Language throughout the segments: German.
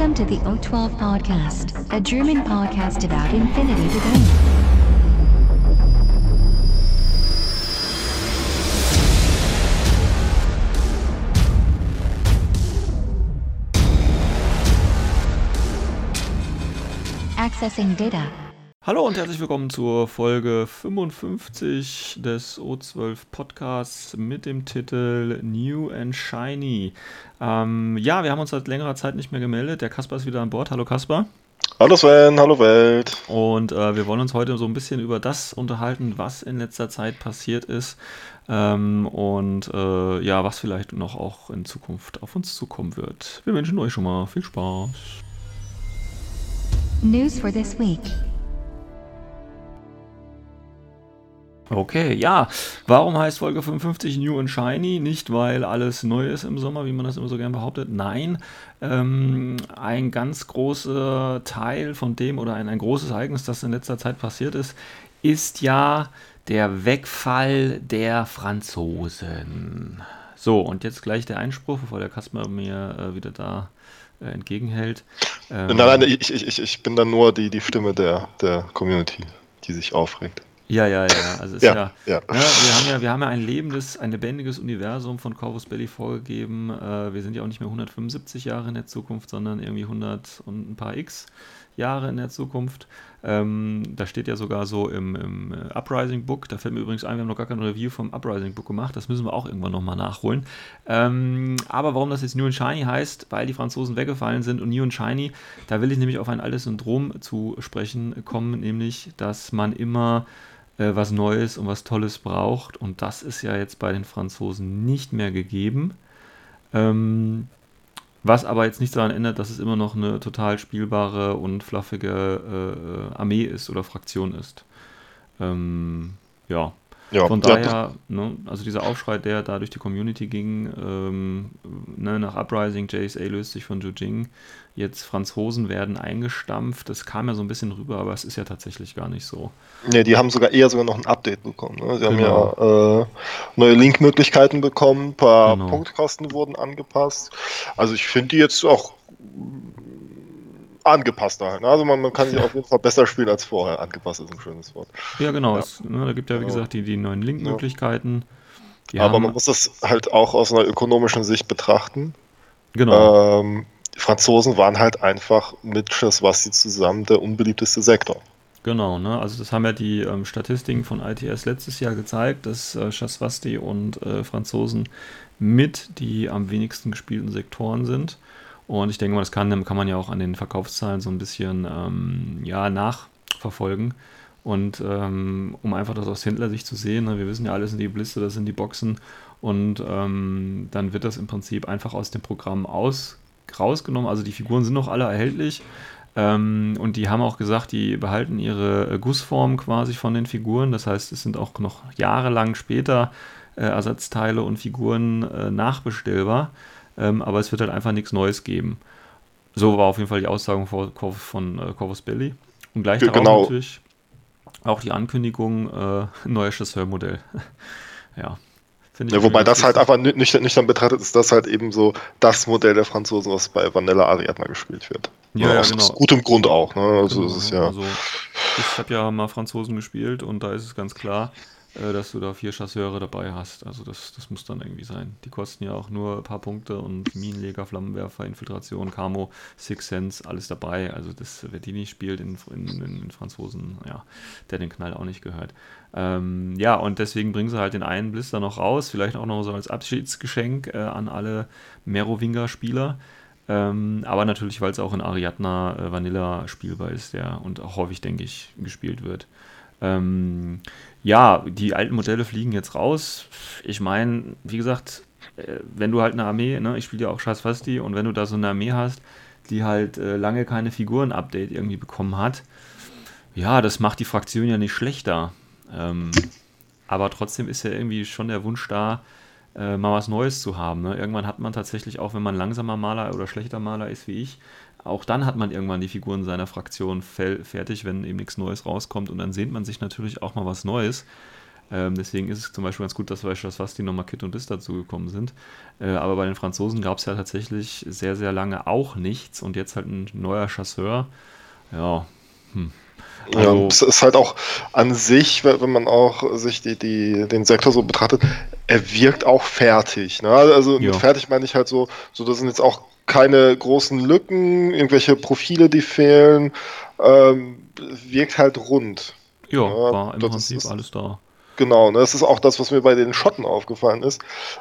Welcome to the O12 Podcast, a German podcast about infinity debate. Accessing data. Hallo und herzlich willkommen zur Folge 55 des O12 Podcasts mit dem Titel New and Shiny. Wir haben uns seit längerer Zeit nicht mehr gemeldet. Der Kaspar ist wieder an Bord. Hallo Kaspar. Hallo Sven, hallo Welt. Und wir wollen uns heute so ein bisschen über das unterhalten, was in letzter Zeit passiert ist was vielleicht noch auch in Zukunft auf uns zukommen wird. Wir wünschen euch schon mal viel Spaß. News for this week. Okay, ja. Warum heißt Folge 55 New and Shiny? Nicht, weil alles neu ist im Sommer, wie man das immer so gerne behauptet. Nein, ein ganz großer Teil von dem oder ein großes Ereignis, das in letzter Zeit passiert ist ja der Wegfall der Franzosen. So, und jetzt gleich der Einspruch, bevor der Kaspar mir wieder da entgegenhält. Nein, ich bin dann nur die Stimme der Community, die sich aufregt. Ja. Also wir haben ja ein lebendiges Universum von Corvus Belli vorgegeben. Wir sind ja auch nicht mehr 175 Jahre in der Zukunft, sondern irgendwie 100 und ein paar X Jahre in der Zukunft. Da steht ja sogar so im Uprising Book, da fällt mir übrigens ein, wir haben noch gar kein Review vom Uprising Book gemacht, das müssen wir auch irgendwann nochmal nachholen. Aber warum das jetzt New and Shiny heißt, weil die Franzosen weggefallen sind und New and Shiny, da will ich nämlich auf ein altes Syndrom zu sprechen kommen, nämlich, dass man immer was Neues und was Tolles braucht und das ist ja jetzt bei den Franzosen nicht mehr gegeben. Was aber jetzt nicht daran ändert, dass es immer noch eine total spielbare und fluffige Armee ist oder Fraktion ist. Von daher, also dieser Aufschrei, der da durch die Community ging, nach Uprising, JSA löst sich von Zhu-Jing, jetzt Franzosen werden eingestampft, das kam ja so ein bisschen rüber, aber es ist ja tatsächlich gar nicht so. Ne, die haben sogar noch ein Update bekommen. Ne? Sie haben ja neue Link-Möglichkeiten bekommen, ein paar Punktkosten wurden angepasst. Also ich finde die jetzt auch angepasster halt. Also man kann sie auf jeden Fall besser spielen als vorher. Angepasst ist ein schönes Wort. Ja, genau. Da gibt ja, wie gesagt, die neuen Link-Möglichkeiten. Aber man muss das halt auch aus einer ökonomischen Sicht betrachten. Genau. Die Franzosen waren halt einfach mit Shaswasti zusammen der unbeliebteste Sektor. Genau, ne? Also das haben ja die Statistiken von ITS letztes Jahr gezeigt, dass Shaswasti und Franzosen mit die am wenigsten gespielten Sektoren sind. Und ich denke mal, das kann man ja auch an den Verkaufszahlen so ein bisschen nachverfolgen. Und um einfach das aus Händlersicht zu sehen, ne, wir wissen ja, alles sind die Bliste, das sind die Boxen. Und dann wird das im Prinzip einfach aus dem Programm rausgenommen. Also die Figuren sind noch alle erhältlich. Und die haben auch gesagt, die behalten ihre Gussform quasi von den Figuren. Das heißt, es sind auch noch jahrelang später Ersatzteile und Figuren nachbestellbar. Aber es wird halt einfach nichts Neues geben. So war auf jeden Fall die Aussage von Corvus Belli. Und gleich darauf natürlich auch die Ankündigung, neues Chasseur-Modell. Ja. Wobei das halt einfach nüchtern betrachtet ist, das halt eben so das Modell der Franzosen, was bei Vanilla Ariadna gespielt wird. Ja, aus gutem Grund auch. Ne? Also es ist Also ich habe ja mal Franzosen gespielt und da ist es ganz klar, dass du da 4 Chasseure dabei hast. Also das muss dann irgendwie sein. Die kosten ja auch nur ein paar Punkte und Minenleger, Flammenwerfer, Infiltration, Camo, Sixth Sense, alles dabei. Also wer die nicht spielt in Franzosen, der den Knall auch nicht gehört. Und deswegen bringen sie halt den einen Blister noch raus, vielleicht auch noch so als Abschiedsgeschenk an alle Merovinger-Spieler. Aber natürlich, weil es auch in Ariadna Vanilla spielbar ist, und auch häufig, denke ich, gespielt wird. Die alten Modelle fliegen jetzt raus. Ich meine, wie gesagt, wenn du halt eine Armee, ne, ich spiele ja auch Shaswasti, und wenn du da so eine Armee hast, die halt lange keine Figuren-Update irgendwie bekommen hat, das macht die Fraktion ja nicht schlechter. Aber trotzdem ist ja irgendwie schon der Wunsch da, mal was Neues zu haben. Ne? Irgendwann hat man tatsächlich, auch wenn man langsamer Maler oder schlechter Maler ist wie ich, auch dann hat man irgendwann die Figuren seiner Fraktion fertig, wenn eben nichts Neues rauskommt, und dann sehnt man sich natürlich auch mal was Neues. Deswegen ist es zum Beispiel ganz gut, dass fast die nochmal Kit und Dis dazugekommen sind. Aber bei den Franzosen gab es ja tatsächlich sehr, sehr lange auch nichts und jetzt halt ein neuer Chasseur. Ja, Also, es ist halt auch an sich, wenn man auch sich den Sektor so betrachtet, er wirkt auch fertig. Ne? Also mit fertig meine ich halt so, das sind jetzt auch keine großen Lücken, irgendwelche Profile, die fehlen. Wirkt halt rund. Ja, war im Prinzip alles da. Genau, ne? Das ist auch das, was mir bei den Schotten aufgefallen ist.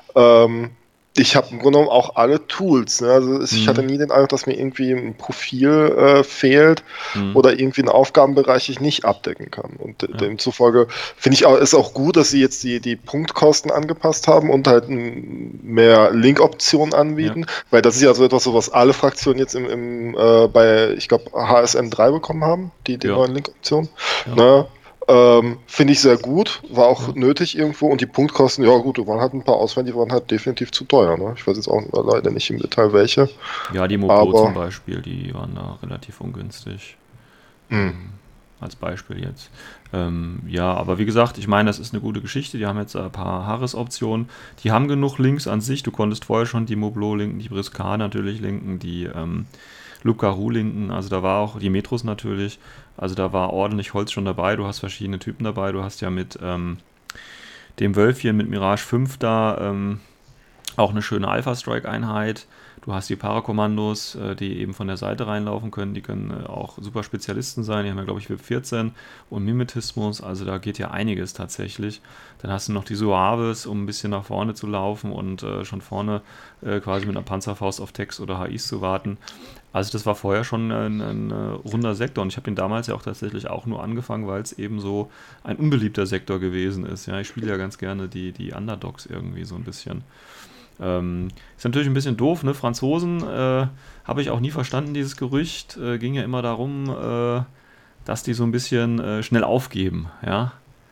Ich habe im Grunde genommen auch alle Tools. Ne? Also ich hatte nie den Eindruck, dass mir irgendwie ein Profil fehlt oder irgendwie einen Aufgabenbereich ich nicht abdecken kann. Und demzufolge finde ich auch, ist auch gut, dass sie jetzt die Punktkosten angepasst haben und halt mehr Link-Optionen anbieten, weil das ist ja so etwas, was alle Fraktionen jetzt bei, ich glaube, HSM 3 bekommen haben, die neuen Link-Optionen. Ja. Ne? Finde ich sehr gut, war auch nötig irgendwo und die Punktkosten, ja gut, waren halt ein paar Auswahl, die waren halt definitiv zu teuer. Ne? Ich weiß jetzt auch leider nicht im Detail welche. Ja, die Mopo zum Beispiel, die waren da relativ ungünstig. Als Beispiel jetzt. Ja, aber wie gesagt, ich meine, das ist eine gute Geschichte. Die haben jetzt ein paar Haares-Optionen. Die haben genug Links an sich. Du konntest vorher schon die Moblo linken, die Briscar natürlich linken, die Lucaru linken, also da war auch die Metros natürlich, also da war ordentlich Holz schon dabei, du hast verschiedene Typen dabei, du hast ja mit dem Wölfchen, mit Mirage 5 da auch eine schöne Alpha-Strike-Einheit, du hast die Parakommandos, die eben von der Seite reinlaufen können, die können auch super Spezialisten sein, die haben ja glaube ich VIP 14 und Mimetismus, also da geht ja einiges tatsächlich. Dann hast du noch die Suaves, um ein bisschen nach vorne zu laufen und schon vorne quasi mit einer Panzerfaust auf Techs oder HIs zu warten. Also das war vorher schon ein runder Sektor und ich habe den damals ja auch tatsächlich auch nur angefangen, weil es eben so ein unbeliebter Sektor gewesen ist. Ja, ich spiele ja ganz gerne die Underdogs irgendwie so ein bisschen. Ist natürlich ein bisschen doof, ne? Franzosen habe ich auch nie verstanden, dieses Gerücht. Ging ja immer darum, dass die so ein bisschen schnell aufgeben, ja.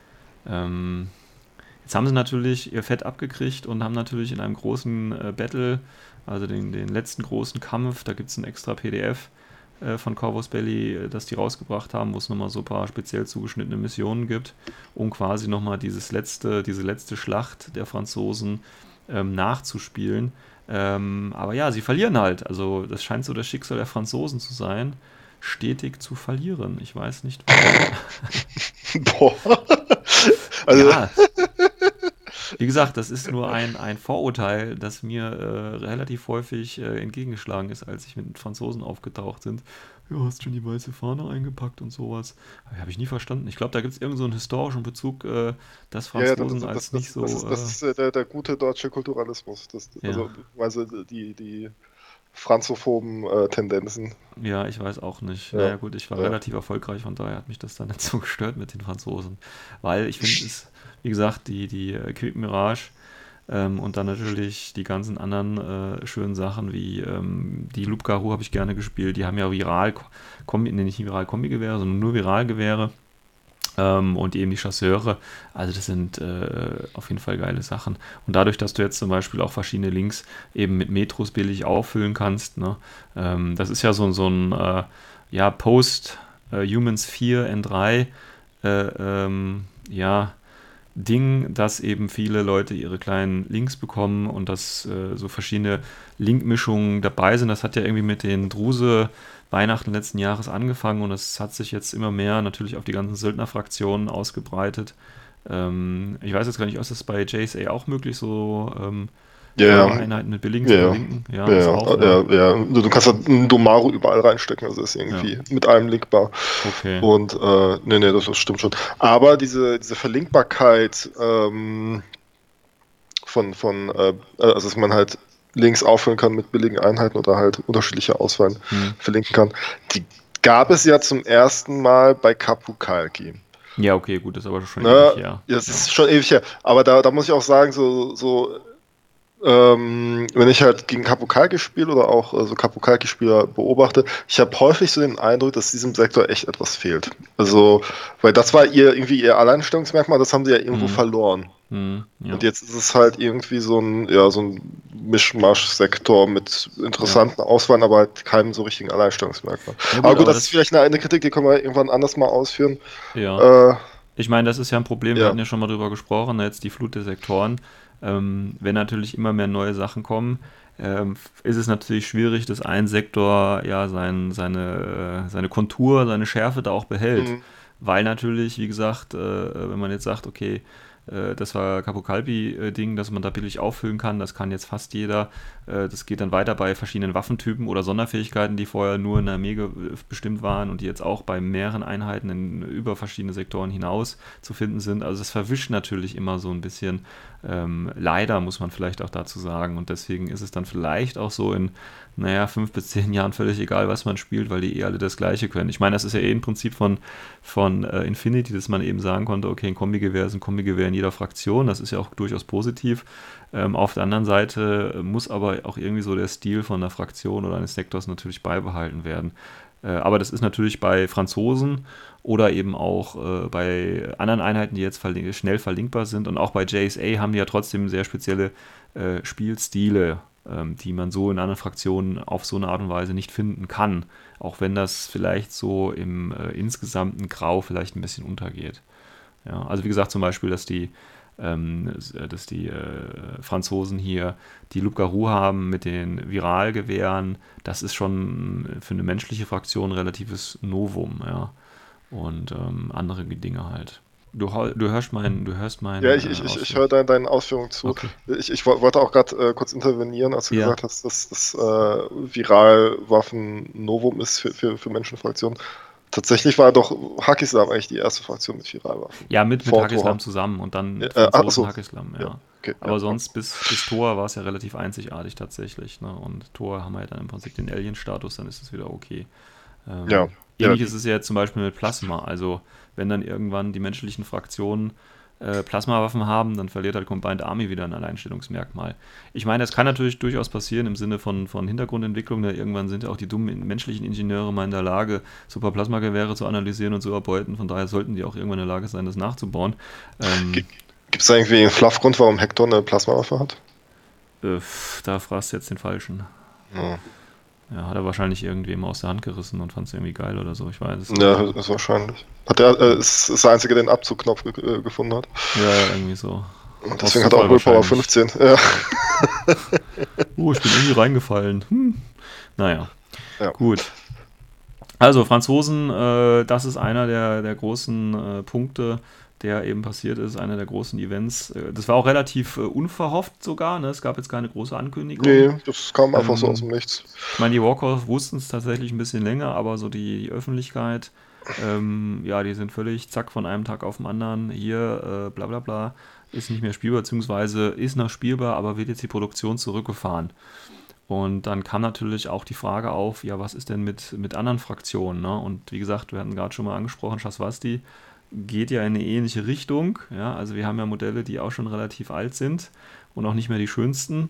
Jetzt haben sie natürlich ihr Fett abgekriegt und haben natürlich in einem großen Battle, also den letzten großen Kampf, da gibt es ein extra PDF von Corvus Belli, das die rausgebracht haben, wo es nochmal so ein paar speziell zugeschnittene Missionen gibt, um quasi nochmal diese letzte Schlacht der Franzosen nachzuspielen. Aber ja, sie verlieren halt. Also das scheint so das Schicksal der Franzosen zu sein, stetig zu verlieren. Ich weiß nicht Boah. Also ja. Wie gesagt, das ist nur ein Vorurteil, das mir relativ häufig entgegengeschlagen ist, als ich mit Franzosen aufgetaucht sind. Ja, hast schon die weiße Fahne eingepackt und sowas. Habe ich nie verstanden. Ich glaube, da gibt es irgend so einen historischen Bezug, dass Franzosen als nicht so... Das ist der gute deutsche Kulturalismus. Also die franzophoben Tendenzen. Ja, ich weiß auch nicht. Naja gut, ich war relativ erfolgreich, von daher hat mich das dann nicht so gestört mit den Franzosen. Weil ich finde es, wie gesagt, die Quick Mirage und dann natürlich die ganzen anderen schönen Sachen wie die Lucaru habe ich gerne gespielt. Die haben ja nicht Viral-Kombi-Gewehre, sondern nur Viralgewehre. Und eben die Chasseure, also das sind auf jeden Fall geile Sachen. Und dadurch, dass du jetzt zum Beispiel auch verschiedene Links eben mit Metros billig auffüllen kannst, ne? Das ist ja so ein Post-Humans 4 N3 Ding, dass eben viele Leute ihre kleinen Links bekommen und dass so verschiedene Linkmischungen dabei sind. Das hat ja irgendwie mit den Druse Weihnachten letzten Jahres angefangen und es hat sich jetzt immer mehr natürlich auf die ganzen Söldnerfraktionen ausgebreitet. Ich weiß jetzt gar nicht, ist das bei JSA auch möglich, so Einheiten mit billigen zu verlinken? Ja. Du kannst halt einen Domaru überall reinstecken, also ist irgendwie mit allem linkbar. Okay. Und das stimmt schon. Aber diese Verlinkbarkeit also dass man halt Links auffüllen kann mit billigen Einheiten oder halt unterschiedliche Auswahlen verlinken kann. Die gab es ja zum ersten Mal bei Kapukalki. Ja, okay, gut, das ist aber schon ewig her. Das ist schon ewig her. Aber da muss ich auch sagen, wenn ich halt gegen Kapukalki spiele oder auch so Kapukalki-Spieler beobachte, ich habe häufig so den Eindruck, dass diesem Sektor echt etwas fehlt. Also, weil das war ihr Alleinstellungsmerkmal, das haben sie ja irgendwo verloren. Ja. Und jetzt ist es halt irgendwie so ein Mischmasch-Sektor mit interessanten Auswahlen, aber halt keinem so richtigen Alleinstellungsmerkmal. Ja, gut, aber gut, das ist vielleicht eine Kritik, die können wir irgendwann anders mal ausführen. Ja. Ich meine, das ist ja ein Problem, wir hatten ja schon mal drüber gesprochen, jetzt die Flut der Sektoren. Wenn natürlich immer mehr neue Sachen kommen, ist es natürlich schwierig, dass ein Sektor ja seine Kontur, seine Schärfe da auch behält. Weil natürlich, wie gesagt, wenn man jetzt sagt, okay, das war Capo-Calpi-Ding, dass man da billig auffüllen kann, das kann jetzt fast jeder. Das geht dann weiter bei verschiedenen Waffentypen oder Sonderfähigkeiten, die vorher nur in der Armee bestimmt waren und die jetzt auch bei mehreren Einheiten über verschiedene Sektoren hinaus zu finden sind. Also das verwischt natürlich immer so ein bisschen. Leider muss man vielleicht auch dazu sagen. Und deswegen ist es dann vielleicht auch so in 5 bis 10 Jahren völlig egal, was man spielt, weil die alle das Gleiche können. Ich meine, das ist ja ein Prinzip von Infinity, dass man eben sagen konnte, okay, ein Kombigewehr ist ein Kombigewehr in jeder Fraktion. Das ist ja auch durchaus positiv. Auf der anderen Seite muss aber auch irgendwie so der Stil von einer Fraktion oder eines Sektors natürlich beibehalten werden. Aber das ist natürlich bei Franzosen oder eben auch bei anderen Einheiten, die jetzt schnell verlinkbar sind. Und auch bei JSA haben die ja trotzdem sehr spezielle Spielstile, die man so in anderen Fraktionen auf so eine Art und Weise nicht finden kann. Auch wenn das vielleicht so im insgesamten Grau vielleicht ein bisschen untergeht. Ja, also wie gesagt zum Beispiel, dass die Franzosen hier die Loup-Garou haben mit den Viralgewehren, das ist schon für eine menschliche Fraktion ein relatives Novum, ja. Und andere Dinge halt. Du hörst meinen. Ja, ich höre deinen Ausführungen zu. Okay. Ich wollte auch gerade kurz intervenieren, als du gesagt hast, dass das Viralwaffen Novum ist für Menschenfraktionen. Tatsächlich war doch Haqqislam eigentlich die erste Fraktion mit Viralwaffen. Ja, mit Haqqislam zusammen und dann Franzosen Haqqislam, ja. Okay, aber sonst bis Tor war es ja relativ einzigartig tatsächlich. Ne? Und Tor haben wir ja dann im Prinzip den Alien-Status, dann ist es wieder okay. Ähnlich ist es ja zum Beispiel mit Plasma. Also wenn dann irgendwann die menschlichen Fraktionen Plasmawaffen haben, dann verliert halt Combined Army wieder ein Alleinstellungsmerkmal. Ich meine, das kann natürlich durchaus passieren im Sinne von Hintergrundentwicklung. Irgendwann sind ja auch die dummen menschlichen Ingenieure mal in der Lage, super Plasmagewehre zu analysieren und zu erbeuten. Von daher sollten die auch irgendwann in der Lage sein, das nachzubauen. Gibt es da irgendwie einen Fluffgrund, warum Hector eine Plasmawaffe hat? Da fragst du jetzt den Falschen. Ja. Ja, hat er wahrscheinlich irgendwem aus der Hand gerissen und fand es irgendwie geil oder so, ich weiß es nicht. Ja, ist wahrscheinlich. Ist der Einzige, der den Abzugknopf gefunden hat. Ja, irgendwie so. Und deswegen hat er auch Willpower 15. Ja. Ich bin irgendwie reingefallen. Naja, gut. Also, Franzosen, das ist einer der großen Punkte, der eben passiert ist, einer der großen Events. Das war auch relativ unverhofft sogar, ne? Es gab jetzt keine große Ankündigung. Nee, das kam einfach so aus dem Nichts. Ich meine, die Warcraft wussten es tatsächlich ein bisschen länger, aber so die Öffentlichkeit, die sind völlig zack von einem Tag auf den anderen, hier, bla bla bla, ist nicht mehr spielbar, beziehungsweise ist noch spielbar, aber wird jetzt die Produktion zurückgefahren. Und dann kam natürlich auch die Frage auf, ja, was ist denn mit anderen Fraktionen, ne? Und wie gesagt, wir hatten gerade schon mal angesprochen, Shaswasti geht ja in eine ähnliche Richtung. Ja, also wir haben ja Modelle, die auch schon relativ alt sind und auch nicht mehr die schönsten.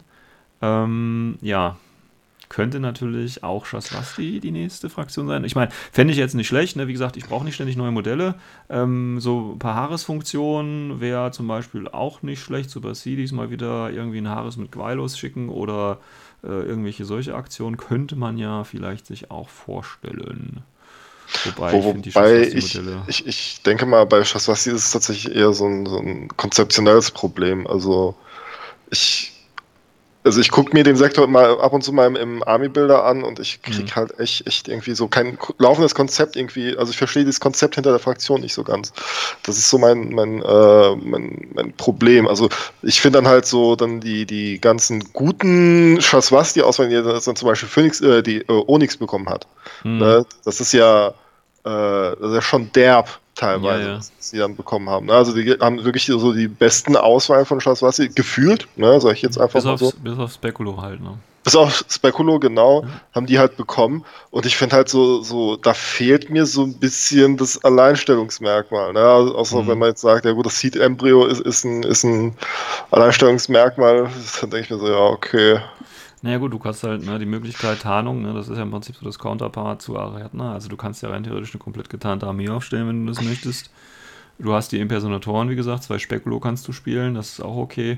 Könnte natürlich auch Shaswasti die nächste Fraktion sein. Ich meine, fände ich jetzt nicht schlecht. Ne? Wie gesagt, ich brauche nicht ständig neue Modelle. So ein paar Haaresfunktionen wäre zum Beispiel auch nicht schlecht. Super Sidis mal wieder irgendwie ein Haares mit Gweilos schicken oder irgendwelche solche Aktionen könnte man ja vielleicht sich auch vorstellen. Wobei ich denke mal, bei Shaswasti ist es tatsächlich eher so ein konzeptionelles Problem. Also ich gucke mir den Sektor mal ab und zu mal im Army-Builder an und ich kriege halt echt irgendwie so kein laufendes Konzept irgendwie. Also ich verstehe das Konzept hinter der Fraktion nicht so ganz. Das ist so mein Problem. Also ich finde dann halt so dann die ganzen guten Shaswasti-Auswahl, die dann zum Beispiel Phoenix, die Onyx bekommen hat. Ne? Das ist ja schon derb teilweise, was sie dann bekommen haben. Also die haben wirklich so die besten Auswahlen von Shaswasti gefühlt, ne, sag ich jetzt einfach mal so. Bis auf Spekulo halt, ne? Bis auf Spekulo, genau, haben die halt bekommen. Und ich finde halt so, da fehlt mir so ein bisschen das Alleinstellungsmerkmal. Ne? Also, außer wenn man jetzt sagt, ja gut, das Seed Embryo ist ein Alleinstellungsmerkmal, dann denke ich mir so, ja, okay. Naja gut, du kannst halt die Möglichkeit Tarnung, ne, das ist ja im Prinzip so das Counterpart zu Ariadna, also du kannst ja rein theoretisch eine komplett getarnte Armee aufstellen, wenn du das möchtest. Du hast die Impersonatoren, wie gesagt, 2 Spekulo kannst du spielen, das ist auch okay.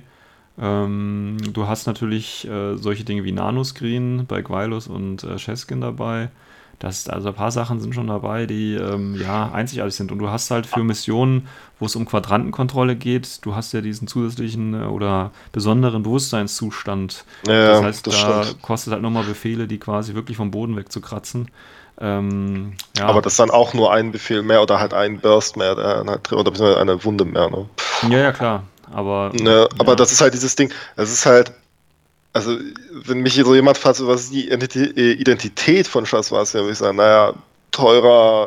Du hast natürlich solche Dinge wie Nanoscreen bei Gweilos und Cheskin dabei. Also ein paar Sachen sind schon dabei, die einzigartig sind. Und du hast halt für Missionen, wo es um Quadrantenkontrolle geht, du hast ja diesen zusätzlichen oder besonderen Bewusstseinszustand. Ja, das heißt, das da stimmt. kostet halt nochmal Befehle, die quasi wirklich vom Boden wegzukratzen. Aber das ist dann auch nur ein Befehl mehr oder halt ein Burst mehr, oder beziehungsweise eine Wunde mehr. Ne? Ja, klar. Aber das ist halt dieses Ding. Es ist halt, also wenn mich so jemand fragt, was ist die Identität von Chaswas, würde ich sagen, naja, teurer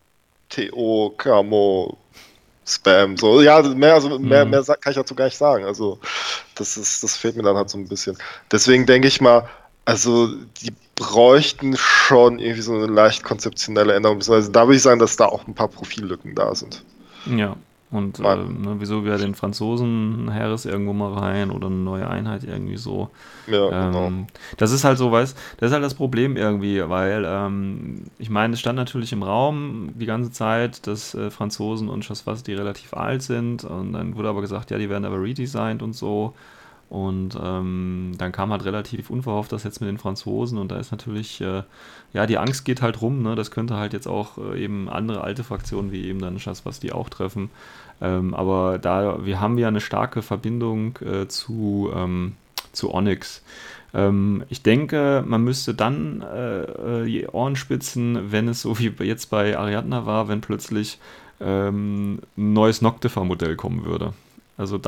TO, Camo, Spam, so. Ja, mehr kann ich dazu gar nicht sagen. Also das fehlt mir dann halt so ein bisschen. Deswegen denke ich mal, also die bräuchten schon irgendwie so eine leicht konzeptionelle Änderung. Beziehungsweise da würde ich sagen, dass da auch ein paar Profillücken da sind. Ja, und wieso wir den Franzosen Heeres irgendwo mal rein oder eine neue Einheit irgendwie so. Ja, genau. Das ist halt so, das ist halt das Problem irgendwie, weil ich meine, es stand natürlich im Raum die ganze Zeit, dass Franzosen und Chaswas, die relativ alt sind, und dann wurde aber gesagt, ja, die werden aber redesigned und so. Und dann kam halt relativ unverhofft das jetzt mit den Franzosen, und da ist natürlich, die Angst geht halt rum, ne? Das könnte halt jetzt auch eben andere alte Fraktionen wie eben dann Chaswas die auch treffen. Aber wir haben ja eine starke Verbindung zu Onyx. Ich denke, man müsste dann die Ohren spitzen, wenn es so wie jetzt bei Ariadna war, wenn plötzlich ein neues Noctifer-Modell kommen würde. Also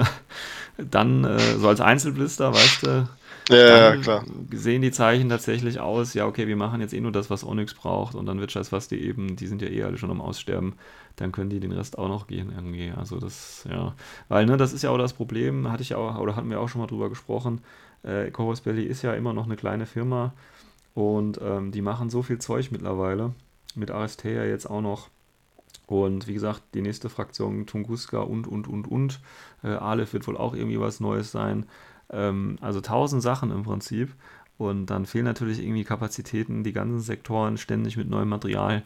dann so als Einzelblister, weißt du, Ja, dann klar. sehen die Zeichen tatsächlich aus, ja, okay, wir machen jetzt nur das, was Onyx braucht, und dann wird Chaswas die sind ja alle schon am Aussterben, dann können die den Rest auch noch gehen irgendwie. Also das, ja, weil, ne, das ist ja auch das Problem, hatten wir auch schon mal drüber gesprochen, Corvus Belli ist ja immer noch eine kleine Firma, und die machen so viel Zeug mittlerweile, mit Aristea jetzt auch noch. Und wie gesagt, die nächste Fraktion Tunguska und. Aleph wird wohl auch irgendwie was Neues sein. Also 1000 Sachen im Prinzip. Und dann fehlen natürlich irgendwie Kapazitäten, die ganzen Sektoren ständig mit neuem Material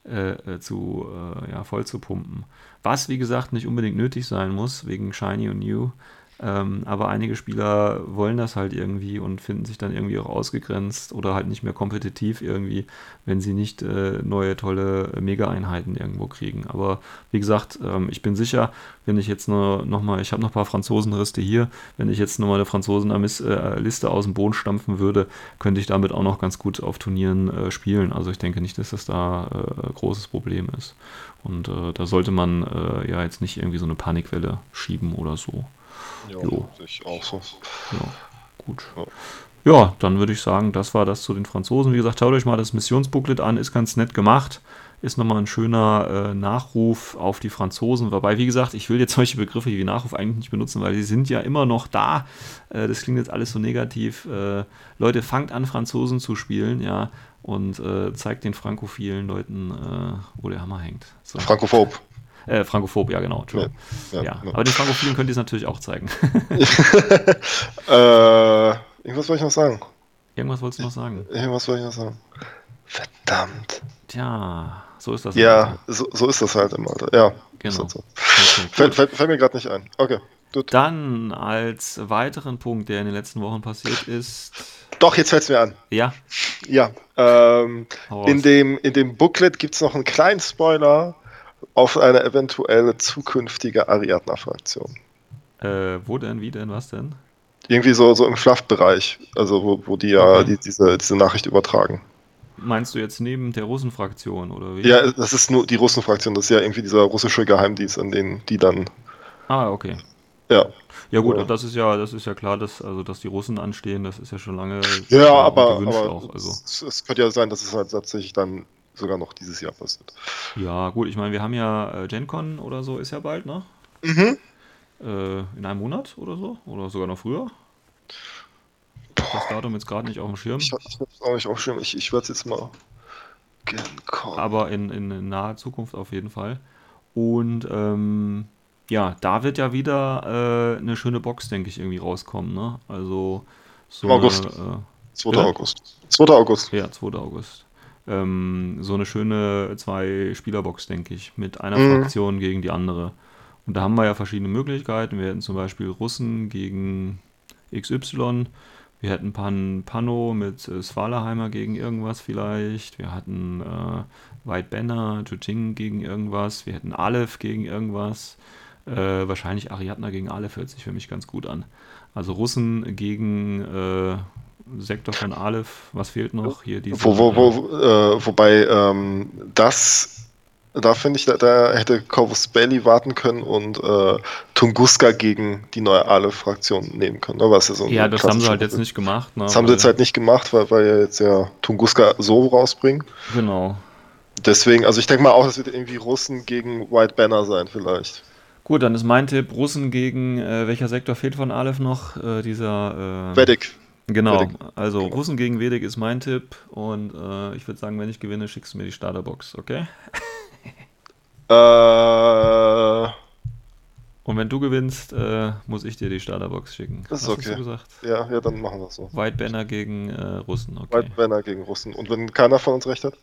voll zu pumpen. Was, wie gesagt, nicht unbedingt nötig sein muss, wegen Shiny und New. Aber einige Spieler wollen das halt irgendwie und finden sich dann irgendwie auch ausgegrenzt oder halt nicht mehr kompetitiv irgendwie, wenn sie nicht neue, tolle Mega-Einheiten irgendwo kriegen. Aber wie gesagt, ich bin sicher, wenn ich jetzt ich habe noch ein paar Franzosenreste hier, wenn ich jetzt nochmal eine Franzosen-Liste aus dem Boden stampfen würde, könnte ich damit auch noch ganz gut auf Turnieren spielen. Also ich denke nicht, dass das da großes Problem ist. Und da sollte man jetzt nicht irgendwie so eine Panikwelle schieben oder so. Jo, ich auch so. Ja, gut. Ja, dann würde ich sagen, das war das zu den Franzosen. Wie gesagt, schaut euch mal das Missionsbooklet an, ist ganz nett gemacht. Ist nochmal ein schöner Nachruf auf die Franzosen. Wobei, wie gesagt, ich will jetzt solche Begriffe wie Nachruf eigentlich nicht benutzen, weil die sind ja immer noch da. Das klingt jetzt alles so negativ. Leute, fangt an, Franzosen zu spielen, ja, und zeigt den frankophilen Leuten, wo der Hammer hängt. So. Frankophob. Frankophob, ja, genau. Ja, genau. Aber den Frankophilen könnt ihr es natürlich auch zeigen. Irgendwas wollte ich noch sagen. Irgendwas wolltest du noch sagen? Irgendwas wollte ich noch sagen. Verdammt. Tja, so ist das. Ja, so ist das halt immer. Ja, genau. So. Okay, fällt mir gerade nicht ein. Okay, gut. Dann als weiteren Punkt, der in den letzten Wochen passiert ist. Doch, jetzt fällt es mir an. Ja. Ja. In dem Booklet gibt es noch einen kleinen Spoiler auf eine eventuelle zukünftige Ariadna-Fraktion. Wo denn, wie denn, was denn? Irgendwie so im Fluff-Bereich, also wo die diese Nachricht übertragen. Meinst du jetzt neben der Russenfraktion oder wie? Ja, das ist nur die Russenfraktion, das ist ja irgendwie dieser russische Geheimdienst, an den die dann. Ah, okay. Ja. Ja gut, ja. Das ist ja klar, dass die Russen anstehen, das ist ja schon lange aber auch. Also. Es könnte ja sein, dass es halt tatsächlich dann sogar noch dieses Jahr passiert. Ja, gut, ich meine, wir haben ja GenCon oder so, ist ja bald, ne? Mhm. In einem Monat oder so? Oder sogar noch früher? Das Datum jetzt gerade nicht auf dem Schirm. Ich hab's auch nicht auf dem Schirm. Ich werde es jetzt mal GenCon. Aber in naher Zukunft auf jeden Fall. Und da wird ja wieder eine schöne Box, denke ich, irgendwie rauskommen, ne? Also so im August. 2. August. 2. August. Ja, 2. August. So eine schöne 2-Spieler-Box, denke ich, mit einer Fraktion gegen die andere. Und da haben wir ja verschiedene Möglichkeiten. Wir hätten zum Beispiel Russen gegen XY, Wir hätten Pano mit Svalaheimer gegen irgendwas vielleicht. Wir hatten White Banner, Juting gegen irgendwas. Wir hätten Aleph gegen irgendwas. Wahrscheinlich Ariadna gegen Aleph hört sich für mich ganz gut an. Also Russen gegen Sektor von Aleph. Was fehlt noch? Hier diese, wobei da finde ich, da hätte Corvus Belli warten können und Tunguska gegen die neue Aleph-Fraktion nehmen können. Ne? Was ja, das haben sie halt jetzt nicht gemacht. Ne? Das haben sie jetzt halt nicht gemacht, weil ja jetzt Tunguska so rausbringen. Genau. Deswegen, also ich denke mal auch, das wird irgendwie Russen gegen White Banner sein vielleicht. Gut, dann ist mein Tipp, Russen gegen, welcher Sektor fehlt von Aleph noch? Dieser Vedic. Genau, Vedic. also Genau. Russen gegen Vedic ist mein Tipp und ich würde sagen, wenn ich gewinne, schickst du mir die Starterbox, okay? Und wenn du gewinnst, muss ich dir die Starterbox schicken. Das ist Was okay. hast du gesagt? Ja, dann machen wir es so. White Banner gegen Russen, okay. White Banner gegen Russen. Und wenn keiner von uns recht hat?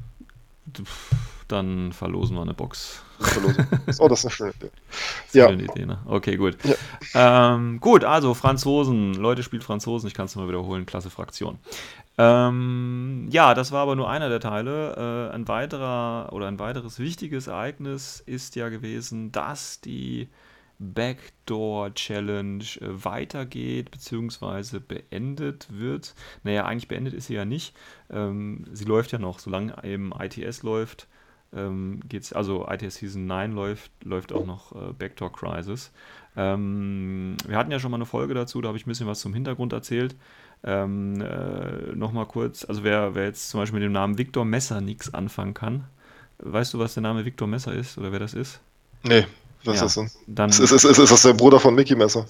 Dann verlosen wir eine Box. Oh, das ist eine schöne Idee. Das ist eine schöne Idee, ne? Okay, gut. Ja. Gut, also Franzosen. Leute, spielt Franzosen. Ich kann es mal wiederholen. Klasse Fraktion. Ja, das war aber nur einer der Teile. Ein weiteres wichtiges Ereignis ist ja gewesen, dass die Backdoor Challenge weitergeht bzw. beendet wird. Naja, eigentlich beendet ist sie ja nicht. Sie läuft ja noch, solange eben ITS läuft. Geht's, also ITS Season 9 läuft auch noch Backdoor Crisis. Wir hatten ja schon mal eine Folge dazu, da habe ich ein bisschen was zum Hintergrund erzählt. Nochmal kurz, also wer jetzt zum Beispiel mit dem Namen Victor Messer nichts anfangen kann, weißt du, was der Name Victor Messer ist oder wer das ist? Nee, was ist das denn? Dann ist das der Bruder von Mickey Messer?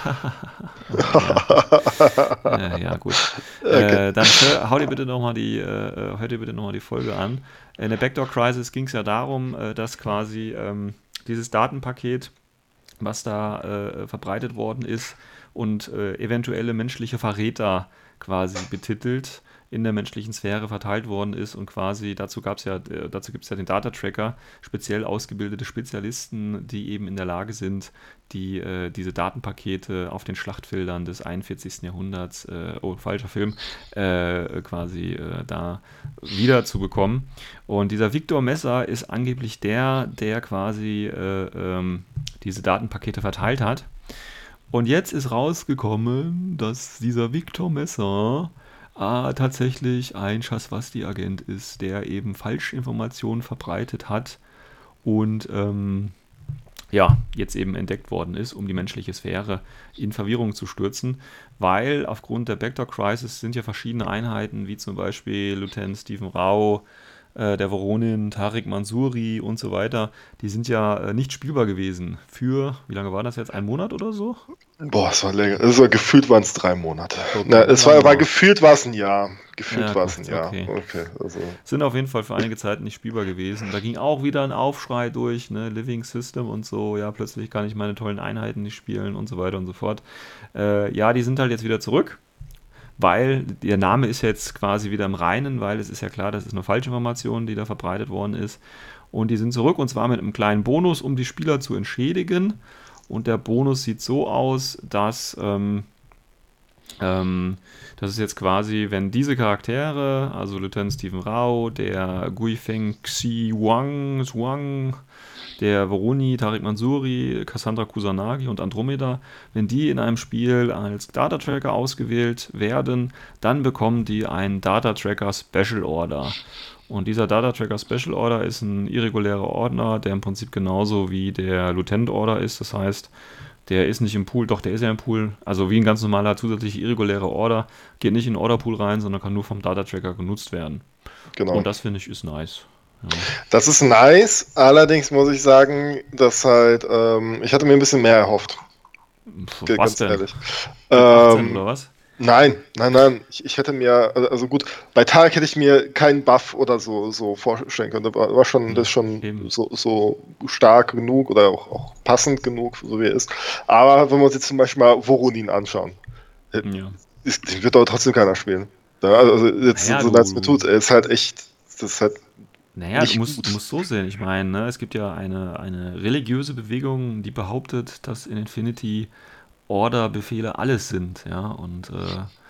Ja, gut. Okay. Dann hört ihr bitte nochmal die Folge an. In der Backdoor Crisis ging es ja darum, dass quasi dieses Datenpaket, was da verbreitet worden ist und eventuelle menschliche Verräter quasi betitelt, in der menschlichen Sphäre verteilt worden ist und quasi dazu gibt es ja den Data-Tracker, speziell ausgebildete Spezialisten, die eben in der Lage sind, diese Datenpakete auf den Schlachtfeldern des 41. Jahrhunderts, falscher Film, quasi da wieder zu bekommen. Und dieser Victor Messer ist angeblich der quasi diese Datenpakete verteilt hat. Und jetzt ist rausgekommen, dass dieser Victor Messer tatsächlich ein Shaswasti-Agent ist, der eben Falschinformationen verbreitet hat und jetzt eben entdeckt worden ist, um die menschliche Sphäre in Verwirrung zu stürzen, weil aufgrund der Backdoor Crisis sind ja verschiedene Einheiten, wie zum Beispiel Lieutenant Stephen Rau, der Voronin, Tariq Mansouri und so weiter, die sind ja nicht spielbar gewesen für, wie lange war das jetzt, 1 Monat oder so? Boah, es war länger. Also, gefühlt waren es 3 Monate. Okay, Gefühlt war es ein Jahr. Okay, also. Sind auf jeden Fall für einige Zeit nicht spielbar gewesen. Da ging auch wieder ein Aufschrei durch, ne, Living System und so, ja, plötzlich kann ich meine tollen Einheiten nicht spielen und so weiter und so fort. Die sind halt jetzt wieder zurück, weil der Name ist jetzt quasi wieder im Reinen, weil es ist ja klar, das ist eine Falschinformation, die da verbreitet worden ist. Und die sind zurück und zwar mit einem kleinen Bonus, um die Spieler zu entschädigen. Und der Bonus sieht so aus, dass das ist jetzt quasi, wenn diese Charaktere, also Lieutenant Stephen Rau, der Guifeng Xi Wang, der Voroni, Tariq Mansouri, Cassandra Kusanagi und Andromeda, wenn die in einem Spiel als Data-Tracker ausgewählt werden, dann bekommen die einen Data-Tracker Special Order. Und dieser Data-Tracker Special Order ist ein irregulärer Ordner, der im Prinzip genauso wie der Lieutenant Order ist. Das heißt, der ist nicht im Pool, doch der ist ja im Pool. Also wie ein ganz normaler zusätzlicher irregulärer Order, geht nicht in den Order-Pool rein, sondern kann nur vom Data-Tracker genutzt werden. Genau. Und das finde ich ist nice. Ja. Das ist nice, allerdings muss ich sagen, dass halt, ich hatte mir ein bisschen mehr erhofft. Was ganz denn? ehrlich. 18 oder was? Nein. Ich hätte mir, also gut, bei Tarek hätte ich mir keinen Buff oder so vorstellen können. Das ist schon so stark genug oder auch passend genug, so wie er ist. Aber wenn wir uns jetzt zum Beispiel mal Voronin anschauen, den wird doch trotzdem keiner spielen. Ja, also jetzt so leid es mir tut, er ist halt echt, das ist halt. Naja, du musst so sehen. Ich meine, ne, es gibt ja eine religiöse Bewegung, die behauptet, dass in Infinity Order-Befehle alles sind, ja, und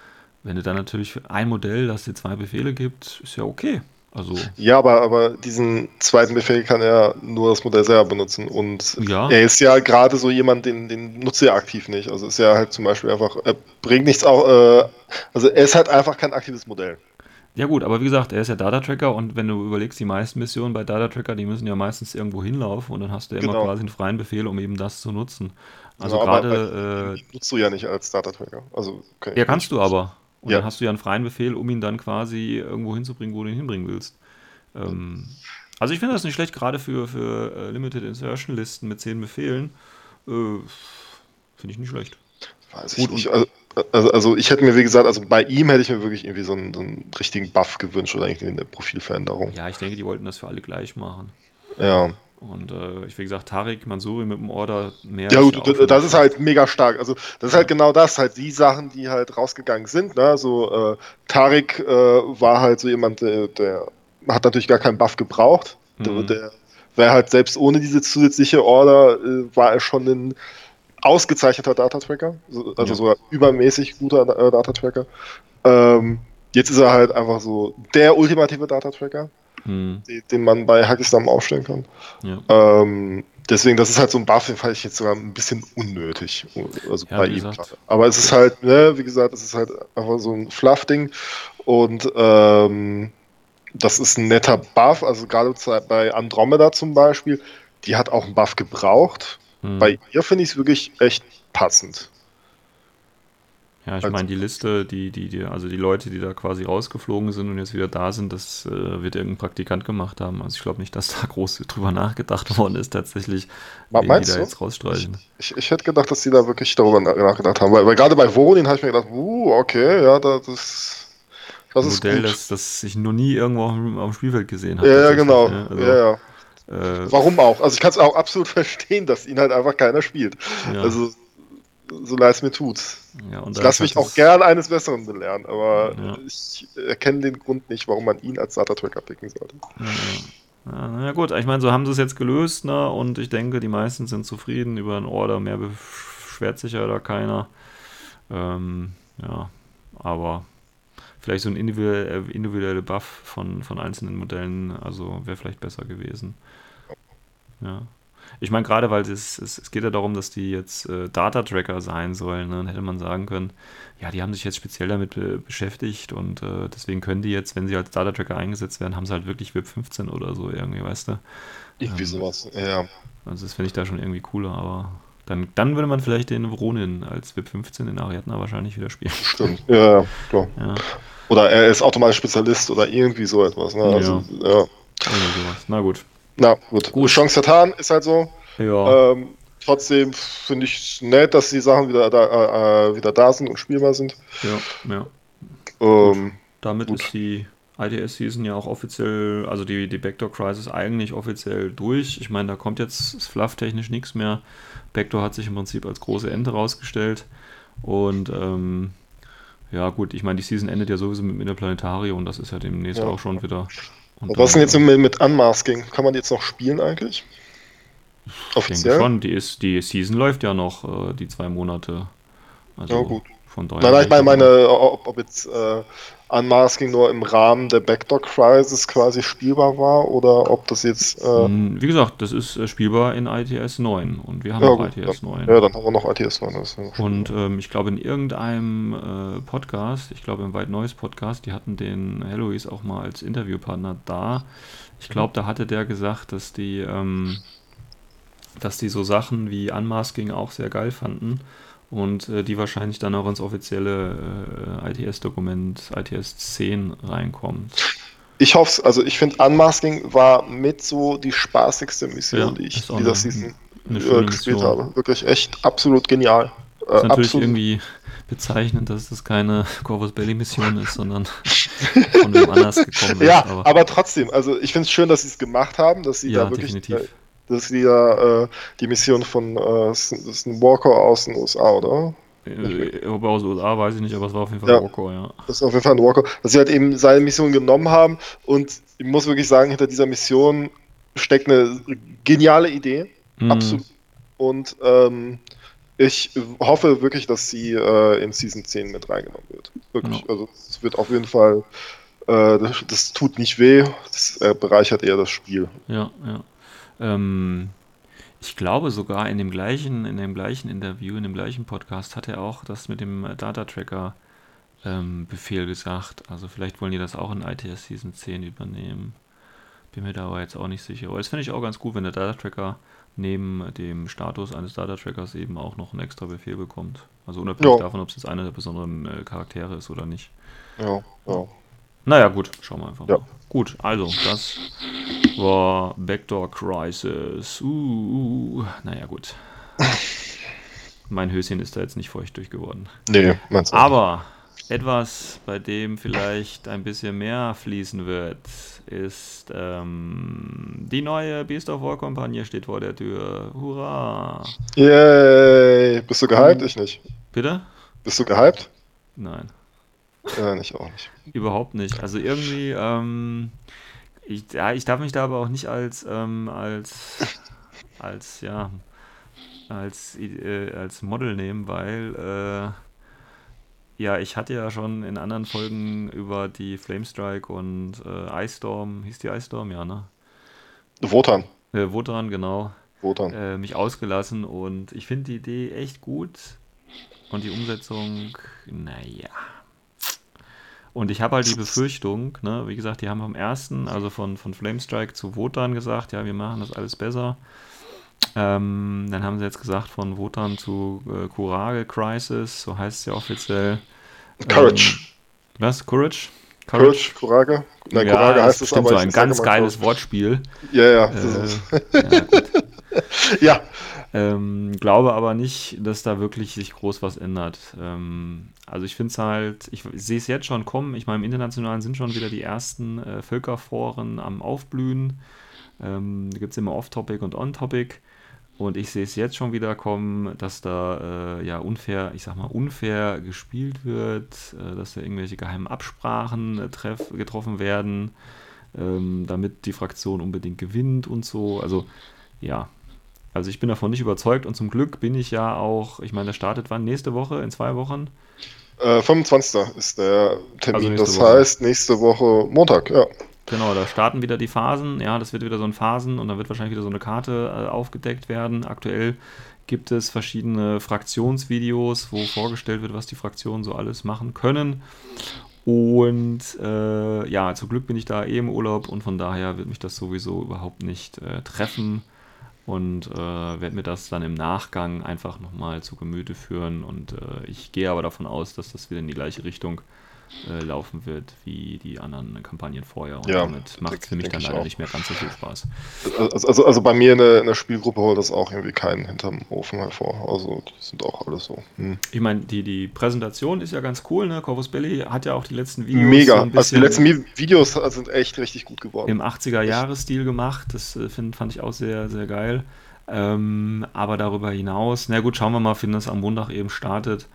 wenn du dann natürlich für ein Modell, das dir 2 Befehle gibt, ist ja okay. Also ja, aber diesen zweiten Befehl kann er nur das Modell selber benutzen und ja, er ist ja gerade so jemand, den nutzt er aktiv nicht. Also ist ja halt zum Beispiel einfach, er bringt nichts auch, also er ist halt einfach kein aktives Modell. ja gut, aber wie gesagt, er ist ja Data-Tracker und wenn du überlegst, die meisten Missionen bei Data-Tracker, die müssen ja meistens irgendwo hinlaufen und dann hast du immer Genau. quasi einen freien Befehl, um eben das zu nutzen. Also Genau, aber gerade, den nutzt du ja nicht als Data-Tracker. Also, okay, ja kannst du aber. Und ja. dann hast du ja einen freien Befehl, um ihn dann quasi irgendwo hinzubringen, wo du ihn hinbringen willst. Also ich finde das nicht schlecht, gerade für Limited Insertion Listen mit 10 Befehlen. Finde ich nicht schlecht. Weiß Gut, ich nicht. Also ich hätte mir, wie gesagt, also bei ihm hätte ich mir wirklich irgendwie so einen richtigen Buff gewünscht oder irgendwie eine Profilveränderung. Ja, ich denke, die wollten das für alle gleich machen. Ja. Und wie gesagt, Tariq Mansouri mit dem Order mehr. Ja ist gut, ja auch schon das nicht ist halt mega stark. Also das ist halt genau das, halt die Sachen, die halt rausgegangen sind. Ne? So Tariq war halt so jemand, der hat natürlich gar keinen Buff gebraucht. Der wäre halt selbst ohne diese zusätzliche Order, war er schon ein ausgezeichneter Data-Tracker. Also Ja. sogar übermäßig guter Data-Tracker. Jetzt ist er halt einfach so der ultimative Data-Tracker, den man bei Hackislam aufstellen kann. Ja. Deswegen, das ist halt so ein Buff, den fand ich jetzt sogar ein bisschen unnötig. Also Ja, bei wie ihm. gesagt. Aber es ist halt, ne, wie gesagt, es ist halt einfach so ein Fluff-Ding. Und das ist ein netter Buff. Also gerade bei Andromeda zum Beispiel, die hat auch einen Buff gebraucht. Bei ihr finde ich es wirklich echt passend. Ja, ich Also- meine, die Liste, also die Leute, die da quasi rausgeflogen sind und jetzt wieder da sind, das wird irgendein Praktikant gemacht haben. Also ich glaube nicht, dass da groß drüber nachgedacht worden ist, tatsächlich, wen die Meinst da du? jetzt rausstreichen. Ich hätte gedacht, dass die da wirklich darüber nachgedacht haben. Weil gerade bei Voronin habe ich mir gedacht, okay, ja, das ist Ein Modell, gut. das ich noch nie irgendwo auf dem Spielfeld gesehen habe. Ja, tatsächlich, genau. ne? Also, Ja. äh, Warum auch? Also ich kann es auch absolut verstehen, dass ihn halt einfach keiner spielt. Ja. Also so leid es mir tut. Ja, und Ich da lasse ist mich halt auch gern eines Besseren belehren, aber Ja. ich erkenne den Grund nicht, warum man ihn als Data-Tracker picken sollte. Na gut, ich meine, so haben sie es jetzt gelöst, ne? Und ich denke, die meisten sind zufrieden über einen Order, mehr beschwert sich ja da keiner. Ja, aber vielleicht so ein individuelle Buff von einzelnen Modellen, also wäre vielleicht besser gewesen. Ja. Ich meine, gerade weil es geht ja darum, dass die jetzt Data-Tracker sein sollen, ne? Dann hätte man sagen können, ja, die haben sich jetzt speziell damit beschäftigt und deswegen können die jetzt, wenn sie als Data-Tracker eingesetzt werden, haben sie halt wirklich WIP 15 oder so irgendwie, weißt du? Irgendwie sowas, ja. Also das finde ich da schon irgendwie cooler, aber dann würde man vielleicht den Voronin als WIP 15 in Ariadna wahrscheinlich wieder spielen. Stimmt, ja, klar. Ja. Oder er ist automatisch Spezialist oder irgendwie so etwas. Ne? Also, ja. Irgendwie sowas. Na gut. Na gut. Chance vertan, ist halt so. Ja. Trotzdem finde ich es nett, dass die Sachen wieder da sind und spielbar sind. Ja. Damit gut. ist die ITS-Season ja auch offiziell, also die Backdoor Crisis eigentlich offiziell durch. Ich meine, da kommt jetzt flufftechnisch nichts mehr. Backdoor hat sich im Prinzip als große Ente rausgestellt. Und ja gut, ich meine, die Season endet ja sowieso mit Interplanetarium und das ist ja demnächst auch schon wieder. Und was ist denn jetzt mit Unmasking? Kann man die jetzt noch spielen eigentlich? Offiziell? Ich denke schon, die Season läuft ja noch die 2 Monate. Also ja, gut. Von daher. Nein, ich meine, ob jetzt Unmasking nur im Rahmen der Backdoor Crisis quasi spielbar war oder ob das jetzt. Wie gesagt, das ist spielbar in ITS 9 und wir haben auch ITS 9. Ja, dann haben wir noch ITS 9. Und ich glaube, in irgendeinem Podcast, ich glaube im White Noise Podcast, die hatten den Heloise auch mal als Interviewpartner da. Ich glaube, da hatte der gesagt, dass die so Sachen wie Unmasking auch sehr geil fanden. Und die wahrscheinlich dann auch ins offizielle ITS-Dokument, ITS 10 reinkommt. Ich hoffe es, also ich finde Unmasking war mit so die spaßigste Mission, die ich dieser Season gespielt habe. Wirklich echt absolut genial. Das ist natürlich irgendwie bezeichnend, dass das keine Corvus Belli Mission ist, sondern von wem anders gekommen ist. Ja, aber trotzdem, also ich finde es schön, dass sie es gemacht haben, dass sie da wirklich... Definitiv. Das ist wieder die Mission von das ist ein Walker aus den USA, oder? Ob aus den USA, weiß ich nicht, aber es war auf jeden Fall ein Walker, ja. Das ist auf jeden Fall ein Walker. Dass sie halt eben seine Mission genommen haben und ich muss wirklich sagen, hinter dieser Mission steckt eine geniale Idee. Absolut. Und Ich hoffe wirklich, dass sie in Season 10 mit reingenommen wird. Wirklich. Ja. Also es wird auf jeden Fall, das tut nicht weh, das bereichert eher das Spiel. Ja. Ich glaube sogar in dem gleichen Interview, in dem gleichen Podcast hat er auch das mit dem Data-Tracker Befehl gesagt. Also vielleicht wollen die das auch in ITS Season 10 übernehmen. Bin mir da aber jetzt auch nicht sicher. Aber das finde ich auch ganz gut, wenn der Data-Tracker neben dem Status eines Data-Trackers eben auch noch einen extra Befehl bekommt. Also unabhängig davon, ob es jetzt einer der besonderen Charaktere ist oder nicht. Ja. Naja, gut, schauen wir einfach Ja. mal. Gut, also, das war Backdoor Crisis. Naja, gut. Mein Höschen ist da jetzt nicht feucht durchgeworden. Nee, meinst du? Aber etwas, bei dem vielleicht ein bisschen mehr fließen wird, ist die neue Beast of War Kampagne steht vor der Tür. Hurra! Yay! Bist du gehypt? Ich nicht. Bitte? Bist du gehypt? Nein. Ich auch nicht. Überhaupt nicht. Also irgendwie, ich darf mich da aber auch nicht als Model nehmen, weil ich hatte ja schon in anderen Folgen über die Flamestrike und Ice Storm, hieß die Ice Storm? Ja, ne? Wotan, genau. Wotan. Mich ausgelassen und ich finde die Idee echt gut und die Umsetzung, naja. Und ich habe halt die Befürchtung, ne, wie gesagt, die haben vom ersten, also von Flamestrike zu Wotan gesagt, ja, wir machen das alles besser. Dann haben sie jetzt gesagt, von Wotan zu Kurage Crisis, so heißt es ja offiziell. Courage. Was? Courage? Kurage? Nein, Ja, Kurage heißt es stimmt, aber. so ein ganz geiles Wortspiel. Ja, das ist Gut. ja. Glaube aber nicht, dass da wirklich sich groß was ändert. Also ich finde es halt, ich sehe es jetzt schon kommen. Ich meine, im Internationalen sind schon wieder die ersten Völkerforen am Aufblühen. Da gibt es immer Off-Topic und On-Topic. Und ich sehe es jetzt schon wieder kommen, dass da unfair gespielt wird, dass da irgendwelche geheimen Absprachen getroffen werden, damit die Fraktion unbedingt gewinnt und so. Also ja. Also ich bin davon nicht überzeugt und zum Glück bin ich ja auch, ich meine, der startet wann? Nächste Woche? In 2 Wochen? 25. ist der Termin, Also das heißt nächste Woche Montag, ja. Genau, da starten wieder die Phasen, ja, das wird wieder so ein Phasen und dann wird wahrscheinlich wieder so eine Karte aufgedeckt werden. Aktuell gibt es verschiedene Fraktionsvideos, wo vorgestellt wird, was die Fraktionen so alles machen können. Und zum Glück bin ich da im Urlaub und von daher wird mich das sowieso überhaupt nicht treffen. Und werde mir das dann im Nachgang einfach nochmal zu Gemüte führen. Und ich gehe aber davon aus, dass das wieder in die gleiche Richtung laufen wird wie die anderen Kampagnen vorher. Und damit macht es für mich dann leider nicht mehr ganz so viel Spaß. Also bei mir in der Spielgruppe holt das auch irgendwie keinen hinterm Ofen hervor. Also die sind auch alles so. Ich meine, die Präsentation ist ja ganz cool, ne? Corvus Belli hat ja auch die letzten Videos mega. So also die letzten Videos sind echt richtig gut geworden. Im 80er-Jahres-Stil gemacht. Das fand ich auch sehr, sehr geil. Aber darüber hinaus, na gut, schauen wir mal, wenn das am Montag eben startet,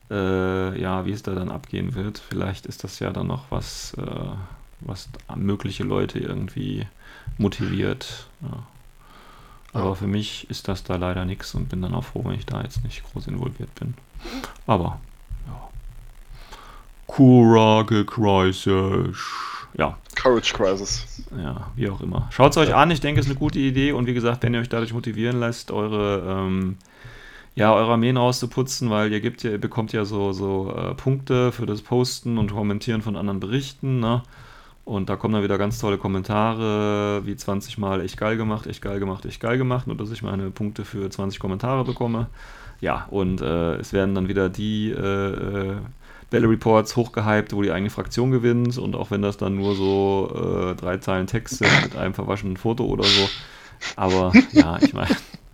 wie es da dann abgehen wird. Vielleicht ist das ja dann noch was mögliche Leute irgendwie motiviert. Ja. Aber für mich ist das da leider nichts und bin dann auch froh, wenn ich da jetzt nicht groß involviert bin. Aber, ja. Kurage Crisis. Ja. Courage Crisis. Ja, wie auch immer. Schaut es euch an, ich denke, es ist eine gute Idee und wie gesagt, wenn ihr euch dadurch motivieren lässt, eure Armeen rauszuputzen, weil ihr bekommt ja so Punkte für das Posten und Kommentieren von anderen Berichten, ne? Und da kommen dann wieder ganz tolle Kommentare, wie 20 Mal echt geil gemacht, nur dass ich meine Punkte für 20 Kommentare bekomme. Ja, und es werden dann wieder die Battle Reports hochgehypt, wo die eigene Fraktion gewinnt und auch wenn das dann nur so 3 Zeilen Text sind mit einem verwaschenen Foto oder so. Aber ja, ich meine...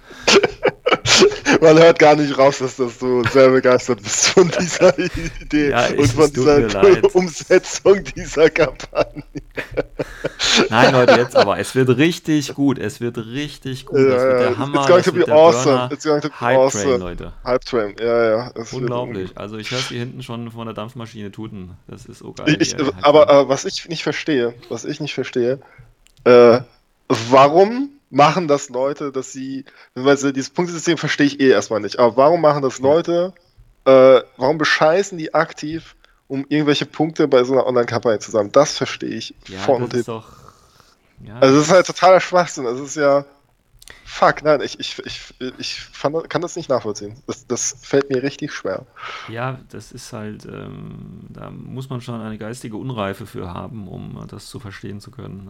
Man hört gar nicht raus, dass du sehr begeistert bist von dieser Idee und von dieser Umsetzung dieser Kampagne. Nein, Leute, jetzt aber. Es wird richtig gut. Es wird der Hammer. It's going to be awesome. It's going to be Hype awesome. Train, Leute. Hype Train, ja. Unglaublich. Also ich höre es hier hinten schon von der Dampfmaschine tuten. Das ist so geil. Aber was ich nicht verstehe, warum machen das Leute, dass sie, dieses Punktesystem verstehe ich erstmal nicht, aber warum machen das Leute, warum bescheißen die aktiv, um irgendwelche Punkte bei so einer Online-Kampagne zu sammeln? Das verstehe ich von und hinten. Also das ist halt totaler Schwachsinn, das ist ja fuck, nein, ich kann das nicht nachvollziehen. Das fällt mir richtig schwer. Ja, das ist halt, da muss man schon eine geistige Unreife für haben, um das zu verstehen zu können.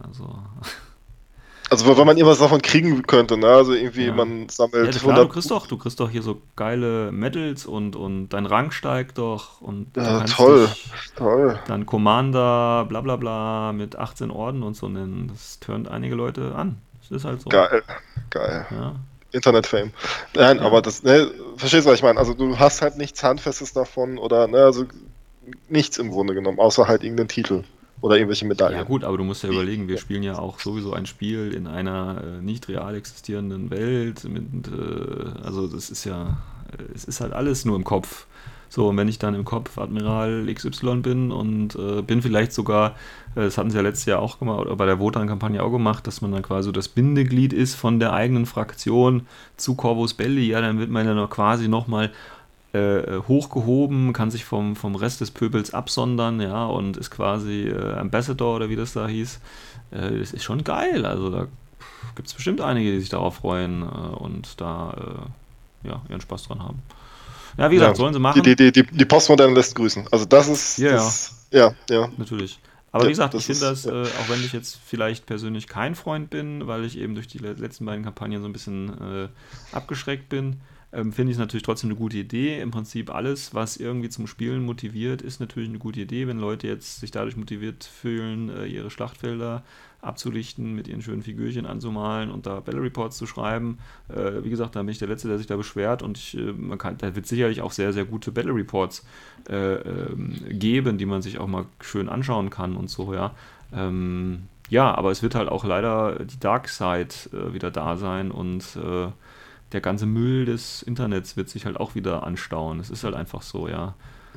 Also wenn man irgendwas davon kriegen könnte, ne? Also irgendwie man sammelt ja, klar, du kriegst doch hier so geile Medals und dein Rang steigt doch und du kannst toll. dann Commander bla bla bla mit 18 Orden und so nennen. Das turnt einige Leute an. Das ist halt so. Geil. Ja. Internet-Fame. Nein, aber das, verstehst du, was ich meine? Also du hast halt nichts Handfestes davon oder, also nichts im Grunde genommen, außer halt irgendeinen Titel. Oder irgendwelche Medaillen. Ja gut, aber du musst ja überlegen, wir spielen ja auch sowieso ein Spiel in einer nicht real existierenden Welt. Also das ist ja, es ist halt alles nur im Kopf. So, und wenn ich dann im Kopf Admiral XY bin und bin vielleicht sogar, das hatten sie ja letztes Jahr auch gemacht, oder bei der Wotan-Kampagne auch gemacht, dass man dann quasi das Bindeglied ist von der eigenen Fraktion zu Corvus Belli, ja, dann wird man ja noch quasi nochmal hochgehoben, kann sich vom Rest des Pöbels absondern, ja, und ist quasi Ambassador oder wie das da hieß. Das ist schon geil, also da gibt es bestimmt einige, die sich darauf freuen und da ihren Spaß dran haben. Ja, wie gesagt, sollen sie machen. Die Postmoderne lässt grüßen. Also das ist... Ja. Natürlich. Aber wie gesagt, ich finde das, auch wenn ich jetzt vielleicht persönlich kein Freund bin, weil ich eben durch die letzten beiden Kampagnen so ein bisschen abgeschreckt bin, finde ich es natürlich trotzdem eine gute Idee. Im Prinzip alles, was irgendwie zum Spielen motiviert, ist natürlich eine gute Idee, wenn Leute jetzt sich dadurch motiviert fühlen, ihre Schlachtfelder abzulichten, mit ihren schönen Figürchen anzumalen und da Battle Reports zu schreiben. Wie gesagt, da bin ich der Letzte, der sich da beschwert und da wird sicherlich auch sehr, sehr gute Battle Reports geben, die man sich auch mal schön anschauen kann und so, ja. Ja, aber es wird halt auch leider die Dark Side wieder da sein und der ganze Müll des Internets wird sich halt auch wieder anstauen. Es ist halt einfach so, ja.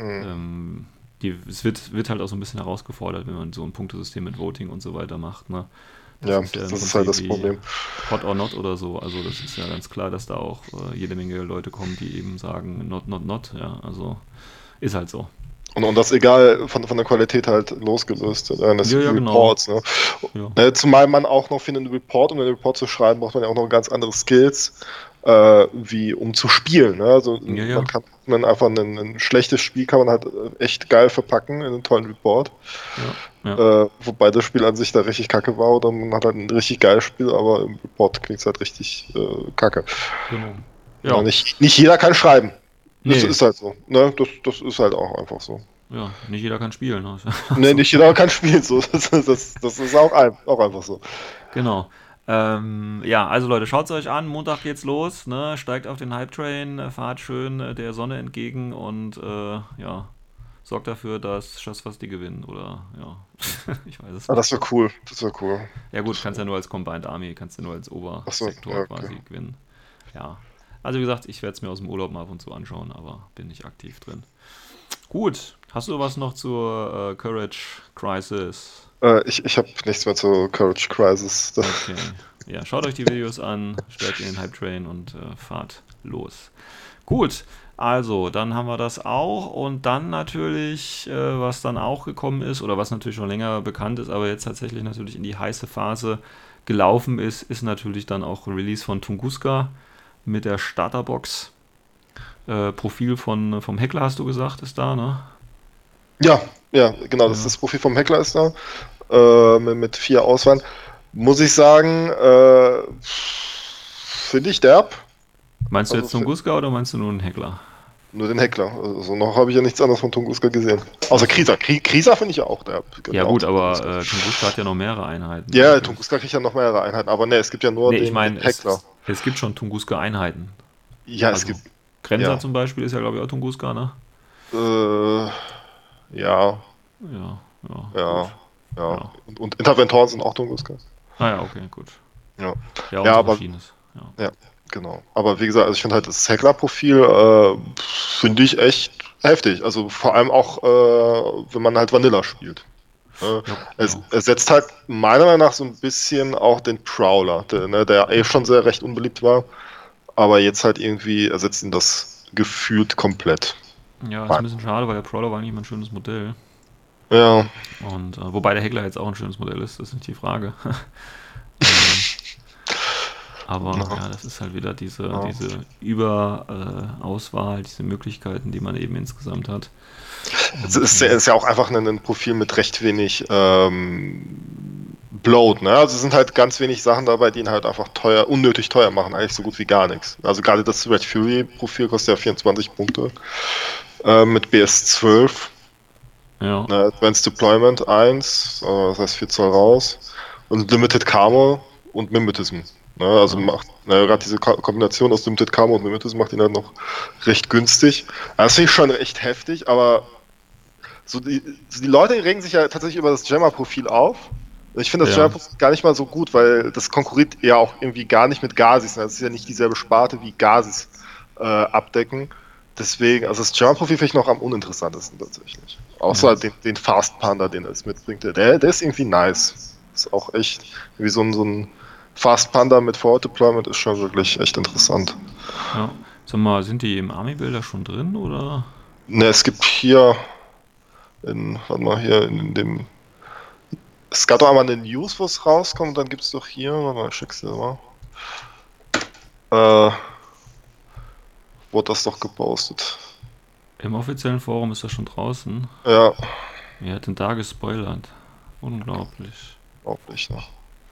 Es wird halt auch so ein bisschen herausgefordert, wenn man so ein Punktesystem mit Voting und so weiter macht, ne? Das ist halt das Problem. Hot or not oder so. Also das ist ja ganz klar, dass da auch jede Menge Leute kommen, die eben sagen not, ja. Also ist halt so. Und das egal von der Qualität halt losgelöst eines Reports. Genau. Ne? Ja. Zumal man auch noch für einen Report, um einen Report zu schreiben, braucht man ja auch noch ganz andere Skills, wie um zu spielen. Ne? Also man kann einfach ein schlechtes Spiel kann man halt echt geil verpacken in einen tollen Report. Wobei das Spiel an sich da richtig kacke war oder man hat halt ein richtig geiles Spiel, aber im Report klingt es halt richtig kacke. Genau. Ja. Nicht jeder kann schreiben. Das ist halt so. Ne? Das ist halt auch einfach so. Ja, nicht jeder kann spielen. Ne? Nicht jeder kann spielen. So. Das ist auch einfach so. Genau. Also Leute, schaut es euch an. Montag geht's los. Ne? Steigt auf den Hype-Train, fahrt schön der Sonne entgegen und sorgt dafür, dass Schussfast die gewinnen. Oder ich weiß es nicht. Das wäre cool. Ja gut, kannst ja nur als Combined Army, kannst ja nur als Obersektor quasi gewinnen. Ja. Also wie gesagt, ich werde es mir aus dem Urlaub mal ab und zu anschauen, aber bin nicht aktiv drin. Gut, hast du was noch zur Courage Crisis? Ich habe nichts mehr zur Courage Crisis. Okay, ja, schaut euch die Videos an, stellt in den Hype Train und fahrt los. Gut, also dann haben wir das auch und dann natürlich, was dann auch gekommen ist oder was natürlich schon länger bekannt ist, aber jetzt tatsächlich natürlich in die heiße Phase gelaufen ist natürlich dann auch Release von Tunguska. Mit der Starterbox. Profil vom Heckler, hast du gesagt, ist da, ne? Ja, genau. Das Profil vom Heckler ist da. Mit 4 Auswahlen. Muss ich sagen, finde ich derb. Meinst du jetzt Tunguska oder meinst du nur den Heckler? Nur den Heckler. Also noch habe ich ja nichts anderes von Tunguska gesehen. Außer Krisa. Krisa finde ich ja auch derb. Genau. Ja gut, aber Tunguska hat ja noch mehrere Einheiten. Ja, Tunguska kriegt ja noch mehrere Einheiten. Aber ne, es gibt ja nur den Heckler. Es gibt schon Tunguska-Einheiten. Ja, es gibt... Grenzer zum Beispiel ist ja, glaube ich, auch Tunguska, ne? Ja. Und Interventoren sind auch Tunguska. Ja, okay, gut. Ja, aber... Ja, genau. Aber wie gesagt, also ich finde halt das Heckler-Profil finde ich echt heftig. Also vor allem auch, wenn man halt Vanilla spielt. Er setzt halt meiner Meinung nach so ein bisschen auch den Prowler, der schon sehr recht unbeliebt war, aber jetzt halt irgendwie ersetzt ihn das gefühlt komplett. Ja, ist ein bisschen schade, weil der Prowler war eigentlich mal ein schönes Modell. Ja. Und wobei der Heckler jetzt auch ein schönes Modell ist, das ist nicht die Frage. Aber ja, das ist halt wieder diese Überauswahl, diese Möglichkeiten, die man eben insgesamt hat. Es ist ja auch einfach ein Profil mit recht wenig Bloat, ne? Also es sind halt ganz wenig Sachen dabei, die ihn halt einfach unnötig teuer machen, eigentlich so gut wie gar nichts. Also gerade das Red Fury Profil kostet ja 24 Punkte mit BS 12. Ja. Advanced Deployment 1, das heißt 4 Zoll raus und Limited Camo und Mimetism. Also gerade diese Kombination aus Limited Camo und Mimetism macht ihn halt noch recht günstig. Das finde ich schon echt heftig, aber die Leute regen sich ja tatsächlich über das Gemma-Profil auf. Ich finde das Gemma-Profil gar nicht mal so gut, weil das konkurriert ja auch irgendwie gar nicht mit Gazis. Das ist ja nicht dieselbe Sparte wie Gazis abdecken. Deswegen, also das Gemma-Profil finde ich noch am uninteressantesten tatsächlich. Außer den Fast Panda, den er mitbringt. Der ist irgendwie nice. Ist auch echt wie so ein Fast Panda mit Forward Deployment ist schon wirklich echt interessant. Ja. Sag mal, sind die im Army-Builder schon drin, oder? Ne, es gibt hier in dem. Es gab doch einmal eine News, wo es rauskommt, und dann gibt es doch hier, ich schick's dir mal. Wurde das doch gepostet. Im offiziellen Forum ist das schon draußen. Ja. Wer hat denn da gespoilert? Unglaublich. Unglaublich, ne?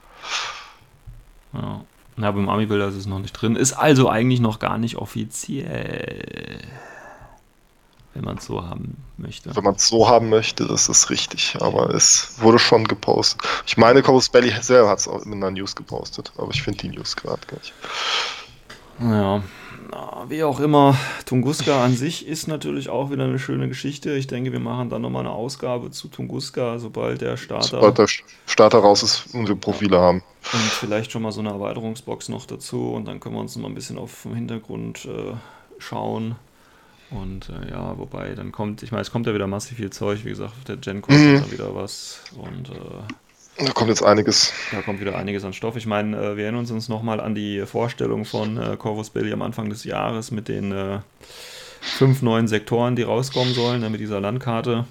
Ja. Aber im Army-Builder ist es noch nicht drin. Ist also eigentlich noch gar nicht offiziell. Wenn man es so haben möchte. Wenn man es so haben möchte, das ist richtig. Aber es wurde schon gepostet. Ich meine, Corvus Belli selber hat es auch in einer News gepostet. Aber ich finde die News gerade gar nicht. Ja, wie auch immer. Tunguska an sich ist natürlich auch wieder eine schöne Geschichte. Ich denke, wir machen dann nochmal eine Ausgabe zu Tunguska, sobald der Starter raus ist und wir Profile haben. Und vielleicht schon mal so eine Erweiterungsbox noch dazu. Und dann können wir uns noch mal ein bisschen auf den Hintergrund schauen. Und wobei dann es kommt ja wieder massiv viel Zeug, wie gesagt, auf der Gen kommt da wieder was und da kommt jetzt einiges. Da kommt wieder einiges an Stoff. Ich meine, wir erinnern uns nochmal an die Vorstellung von Corvus Belli am Anfang des Jahres mit den 5 neuen Sektoren, die rauskommen sollen, mit dieser Landkarte.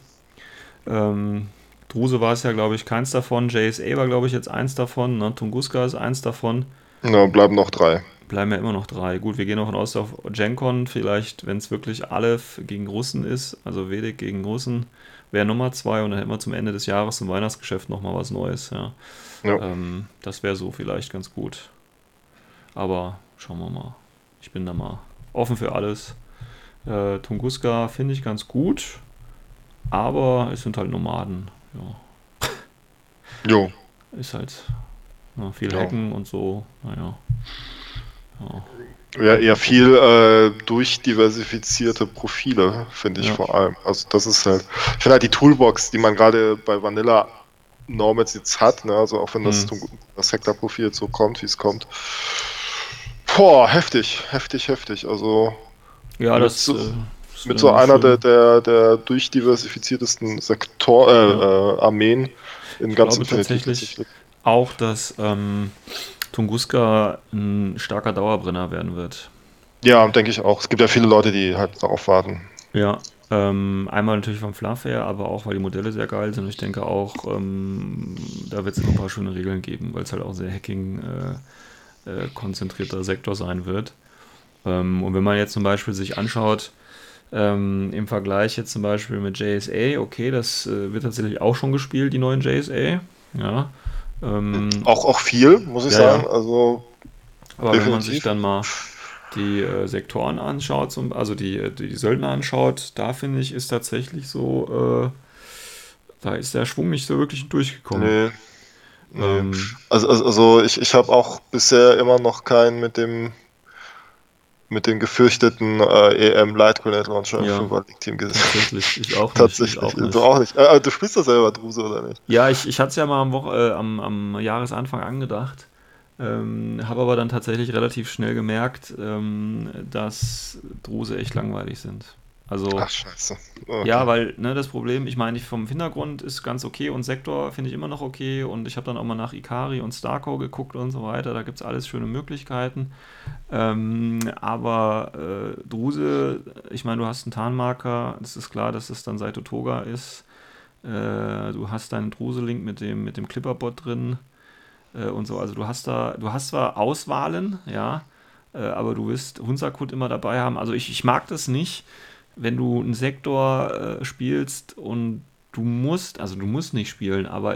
Druse war es ja, glaube ich, keins davon. JSA war, glaube ich, jetzt eins davon. Ne? Tunguska ist eins davon. Ja, bleiben noch 3. Bleiben ja immer noch 3. Gut, wir gehen davon aus, auf GenCon vielleicht, wenn es wirklich Aleph gegen Russen ist, also Vedic gegen Russen, wäre Nummer 2 und dann hätten wir zum Ende des Jahres zum Weihnachtsgeschäft nochmal was Neues. Ja. Das wäre so vielleicht ganz gut. Aber schauen wir mal. Ich bin da mal offen für alles. Tunguska finde ich ganz gut, aber es sind halt Nomaden. Ja. Jo. Ist halt viel Hacken und so. Naja. Ja, eher viel durchdiversifizierte Profile, finde ich vor allem. Also das ist halt, ich finde halt die Toolbox, die man gerade bei Vanilla Nomads jetzt hat, ne? Also auch wenn das Hektar-Profil jetzt so kommt, wie es kommt. Boah, heftig. Also ja, mit so einer der durchdiversifiziertesten Armeen in ganz Infinity. Tatsächlich auch, dass Tunguska ein starker Dauerbrenner werden wird. Ja, denke ich auch. Es gibt ja viele Leute, die halt darauf warten. Ja, einmal natürlich vom Fluff her, aber auch, weil die Modelle sehr geil sind. Und ich denke auch, da wird es ein paar schöne Regeln geben, weil es halt auch sehr Hacking-konzentrierter Sektor sein wird. Und wenn man jetzt zum Beispiel sich anschaut, im Vergleich jetzt zum Beispiel mit JSA, okay, das wird tatsächlich auch schon gespielt, die neuen JSA. Ja. Auch viel, muss ich sagen. Ja. Also, aber definitiv. Wenn man sich dann mal die Sektoren anschaut, also die Söldner anschaut, da finde ich, ist tatsächlich so, da ist der Schwung nicht so wirklich durchgekommen. Nee. Also ich habe auch bisher immer noch keinen mit dem gefürchteten EM Light Grenade Launcher für World League Team gesehen. Tatsächlich, ich auch nicht. Tatsächlich, du auch nicht. Du spielst das selber, Druse, oder nicht? Ja, ich hatte es ja mal am Jahresanfang angedacht, habe aber dann tatsächlich relativ schnell gemerkt, dass Druse echt langweilig sind. Also, ach, scheiße. Okay. ja, weil das Problem, ich meine, vom Hintergrund ist ganz okay und Sektor finde ich immer noch okay und ich habe dann auch mal nach Ikari und Starco geguckt und so weiter, da gibt es alles schöne Möglichkeiten. Aber Druse, ich meine, du hast einen Tarnmarker, es ist klar, dass es dann Saito Toga ist. Du hast deinen Druse-Link mit dem Clipperbot drin und so. Also du hast zwar Auswahlen, ja, aber du wirst Hunsakut immer dabei haben. Also ich mag das nicht, wenn du einen Sektor spielst und du musst nicht spielen, aber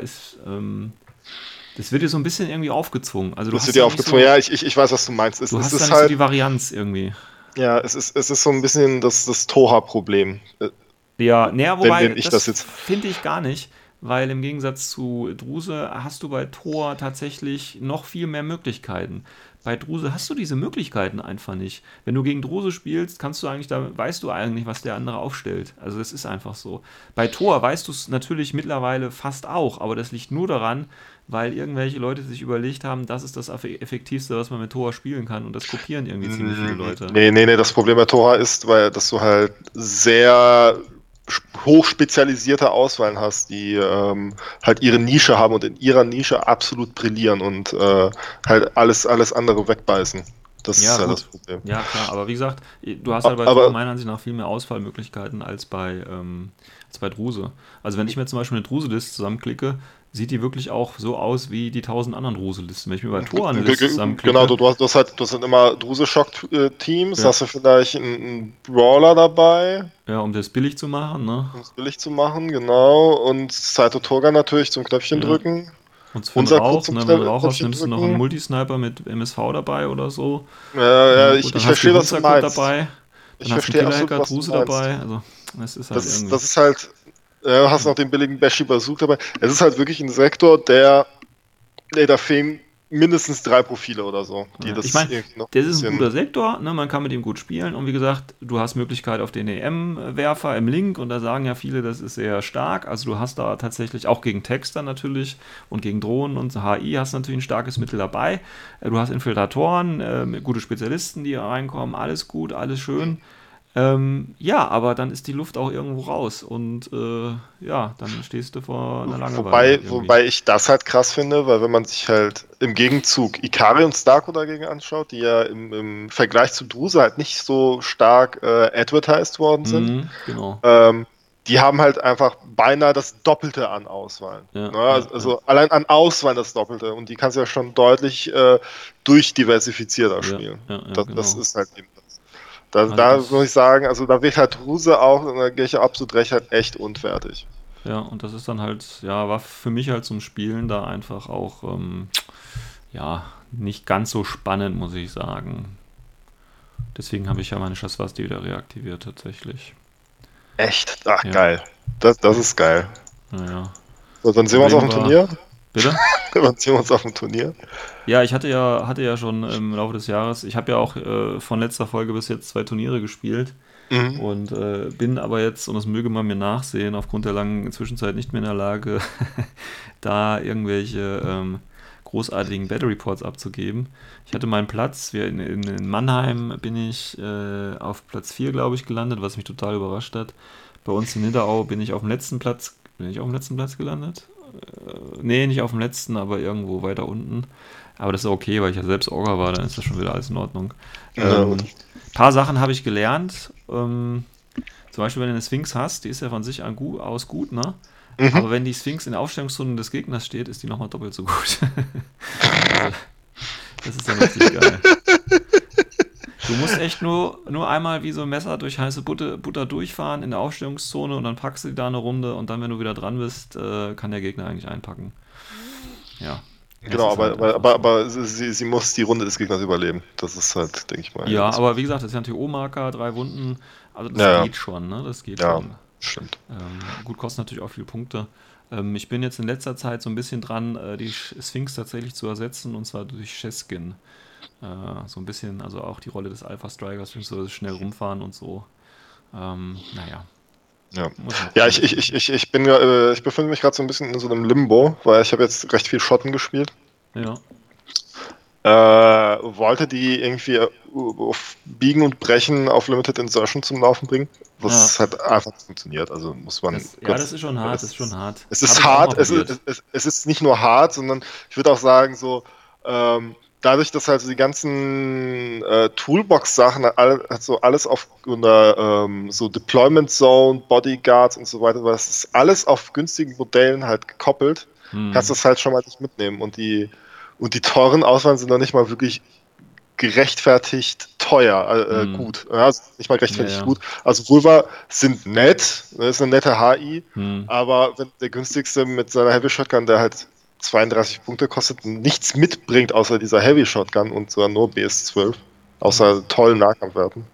das wird dir so ein bisschen irgendwie aufgezwungen. Also du Das hast wird dir ja nicht aufgezwungen, so, ja, ich weiß, was du meinst. du hast Es da ist nicht so halt, die Varianz irgendwie. ja, es ist so ein bisschen das Toha-Problem, Ja, naja, wenn wobei, ich das das jetzt. finde ich gar nicht, weil im Gegensatz zu Druse hast du bei Thor tatsächlich noch viel mehr Möglichkeiten. Bei Druse hast du diese Möglichkeiten einfach nicht. Wenn du gegen Druse spielst, weißt du eigentlich, was der andere aufstellt. Also das ist einfach so. Bei Thor weißt du es natürlich mittlerweile fast auch, aber das liegt nur daran, weil irgendwelche Leute sich überlegt haben, das ist das Effektivste, was man mit Thor spielen kann und das kopieren irgendwie ziemlich viele Leute. Nee, das Problem bei Toha ist, dass du halt sehr hochspezialisierte Auswahlen hast, die halt ihre Nische haben und in ihrer Nische absolut brillieren und halt alles andere wegbeißen. Das Ja, ist halt gut. das Problem. Ja, klar, aber wie gesagt, du hast halt bei Thor Aber meiner Ansicht nach viel mehr Auswahlmöglichkeiten als bei Druse. Also wenn ich mir zum Beispiel eine Druse-Liste zusammenklicke, sieht die wirklich auch so aus wie die 1000 anderen Druse-Listen. Wenn ich mir bei Thor eine Liste genau, zusammenklicke, du hast halt immer Druse-Shock-Teams, ja, hast du vielleicht einen Brawler dabei, ja, um das billig zu machen, ne? um es billig zu machen, genau, und Saito Toga natürlich zum Knöpfchen Ja. drücken, Und für den Hunsakut Rauch, zum ne, wenn du einen Rauch hast, Knöpfchen nimmst du noch einen drücken. Multisniper mit MSV dabei oder so. Ja, Gut, ich dann hast du verstehe, was du Hunsakut meinst. dabei, dann Ich hast du einen verstehe absolut, Killer-Hacker was du Druse meinst. dabei. Also, es ist halt irgendwie. Das ist halt, du hast noch den billigen Bashi Bazooka dabei. Es ist halt wirklich ein Sektor, da fehlen mindestens 3 Profile oder so, die Ja, ich das meine, irgendwie noch das ein ist ein bisschen. guter Sektor, ne? Man kann mit ihm gut spielen und wie gesagt, du hast Möglichkeit auf den EM-Werfer im Link und da sagen ja viele, das ist sehr stark. Also du hast da tatsächlich auch gegen Texter natürlich und gegen Drohnen und HI hast natürlich ein starkes Mittel dabei. Du hast Infiltratoren, gute Spezialisten, die reinkommen, alles gut, alles schön. Ja, aber dann ist die Luft auch irgendwo raus und ja, dann stehst du vor einer Langeweile irgendwie. Wobei ich das halt krass finde, weil wenn man sich halt im Gegenzug Ikari und Starco dagegen anschaut, die ja im Vergleich zu Druse halt nicht so stark advertised worden sind, Genau. die haben halt einfach beinahe das Doppelte an Auswahlen. Ja, Ne? ja, Also allein an Auswahlen das Doppelte. Und die kannst du ja schon deutlich durchdiversifizierter spielen. Das genau. ist halt eben das. Also Da das, muss ich sagen, also da wird halt Druse auch, und da gehe ich ja absolut recht, halt echt unfertig. ja, und das ist dann halt, ja, war für mich halt zum Spielen da einfach auch, ja, nicht ganz so spannend, muss ich sagen. Deswegen habe ich ja meine Schaswasti wieder reaktiviert, tatsächlich. Echt? Ach, Ja, geil. Das ist geil. naja. So, dann sehen wir uns auf dem Turnier. Bitte? Dann sehen wir uns auf dem Turnier. Ja, ich hatte ja schon im Laufe des Jahres, ich habe ja auch von letzter Folge bis jetzt 2 Turniere gespielt Mhm. und bin aber jetzt, und das möge man mir nachsehen, aufgrund der langen Zwischenzeit nicht mehr in der Lage, da irgendwelche großartigen Battle Reports abzugeben. Ich hatte meinen Platz, in Mannheim bin ich auf Platz 4, glaube ich, gelandet, was mich total überrascht hat. Bei uns in Niederau bin ich auf dem letzten Platz, gelandet? Nee, nicht auf dem letzten, aber irgendwo weiter unten. Aber das ist okay, weil ich ja selbst Orga war, dann ist das schon wieder alles in Ordnung. Ja. Paar Sachen habe ich gelernt. Zum Beispiel, wenn du eine Sphinx hast, die ist ja von sich aus gut, ne? Mhm. Aber wenn die Sphinx in der Aufstellungszone des Gegners steht, ist die nochmal doppelt so gut. Also, das ist dann richtig geil. Du musst echt nur einmal wie so ein Messer durch heiße Butter durchfahren in der Aufstellungszone und dann packst du die da eine Runde und dann, wenn du wieder dran bist, kann der Gegner eigentlich einpacken. Ja. Genau, Das ist halt einfach so. aber sie muss die Runde des Gegners überleben. Das ist halt, denke ich mal. Ja, aber wie gesagt, das ist ja ein TO-Marker, 3 Wunden, also das Ja, geht schon, ne? Das geht ja, schon. stimmt. Gut, kostet natürlich auch viele Punkte. Ich bin jetzt in letzter Zeit so ein bisschen dran, die Sphinx tatsächlich zu ersetzen und zwar durch Cheskin. So ein bisschen, also auch die Rolle des Alpha-Strikers, so schnell rumfahren und so. Naja. Ja, Muss man ja gucken. ich befinde mich gerade so ein bisschen in so einem Limbo, weil ich habe jetzt recht viel Schotten gespielt. Ja. wollte die irgendwie auf Biegen und Brechen auf Limited Insertion zum Laufen bringen, was halt einfach nicht funktioniert. Also muss man. Das ist schon hart, das ist schon hart. Es ist hart, es ist nicht nur hart, sondern ich würde auch sagen, so, dadurch, dass halt so die ganzen Toolbox-Sachen alles auf so Deployment Zone, Bodyguards und so weiter, das ist alles auf günstigen Modellen halt gekoppelt, kannst du das halt schon mal nicht mitnehmen. Und die teuren Auswahl sind noch nicht mal wirklich gerechtfertigt teuer, gut. Also nicht mal gerechtfertigt gut. Also Vulva sind nett, das ist eine nette HI, aber wenn der günstigste mit seiner Heavy Shotgun, der halt 32 Punkte kostet, nichts mitbringt, außer dieser Heavy Shotgun und sogar nur BS12, außer tollen Nahkampfwerten.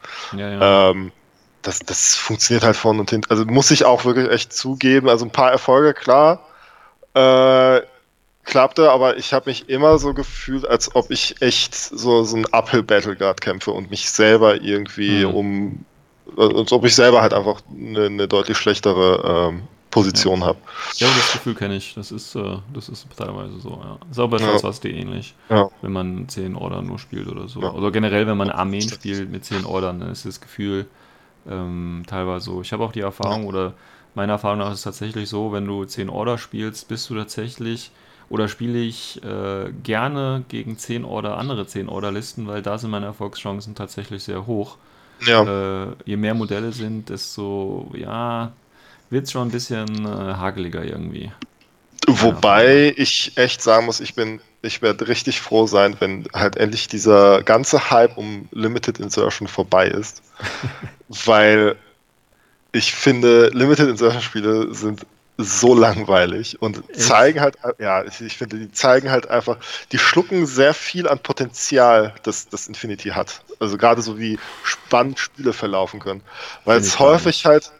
Das funktioniert halt vorne und hinten. Also muss ich auch wirklich echt zugeben, also ein paar Erfolge, klar, klappte, aber ich habe mich immer so gefühlt, als ob ich echt so ein Uphill-Battle gerade kämpfe und mich selber irgendwie als ob ich selber halt einfach eine deutlich schlechtere Position habe. Ja, das Gefühl kenne ich. Das ist teilweise so, ja. Ist auch bei Transvasti ähnlich, wenn man 10 Order nur spielt oder so. Ja. Oder generell, wenn man Armeen spielt mit 10 Ordern, dann ist das Gefühl teilweise so. Ich habe auch die Erfahrung, oder meiner Erfahrung nach ist es tatsächlich so, wenn du 10 Order spielst, bist du tatsächlich, oder spiele ich gerne gegen 10 Order, andere 10 Order-Listen, weil da sind meine Erfolgschancen tatsächlich sehr hoch. Ja. Je mehr Modelle sind, desto, wird es schon ein bisschen hageliger irgendwie. Wobei ich echt sagen muss, ich werde richtig froh sein, wenn halt endlich dieser ganze Hype um Limited Insertion vorbei ist. Weil ich finde, Limited Insertion Spiele sind so langweilig und zeigen halt, ich finde, die zeigen halt einfach, die schlucken sehr viel an Potenzial, das Infinity hat. Also gerade so wie spannend Spiele verlaufen können. Weil es häufig halt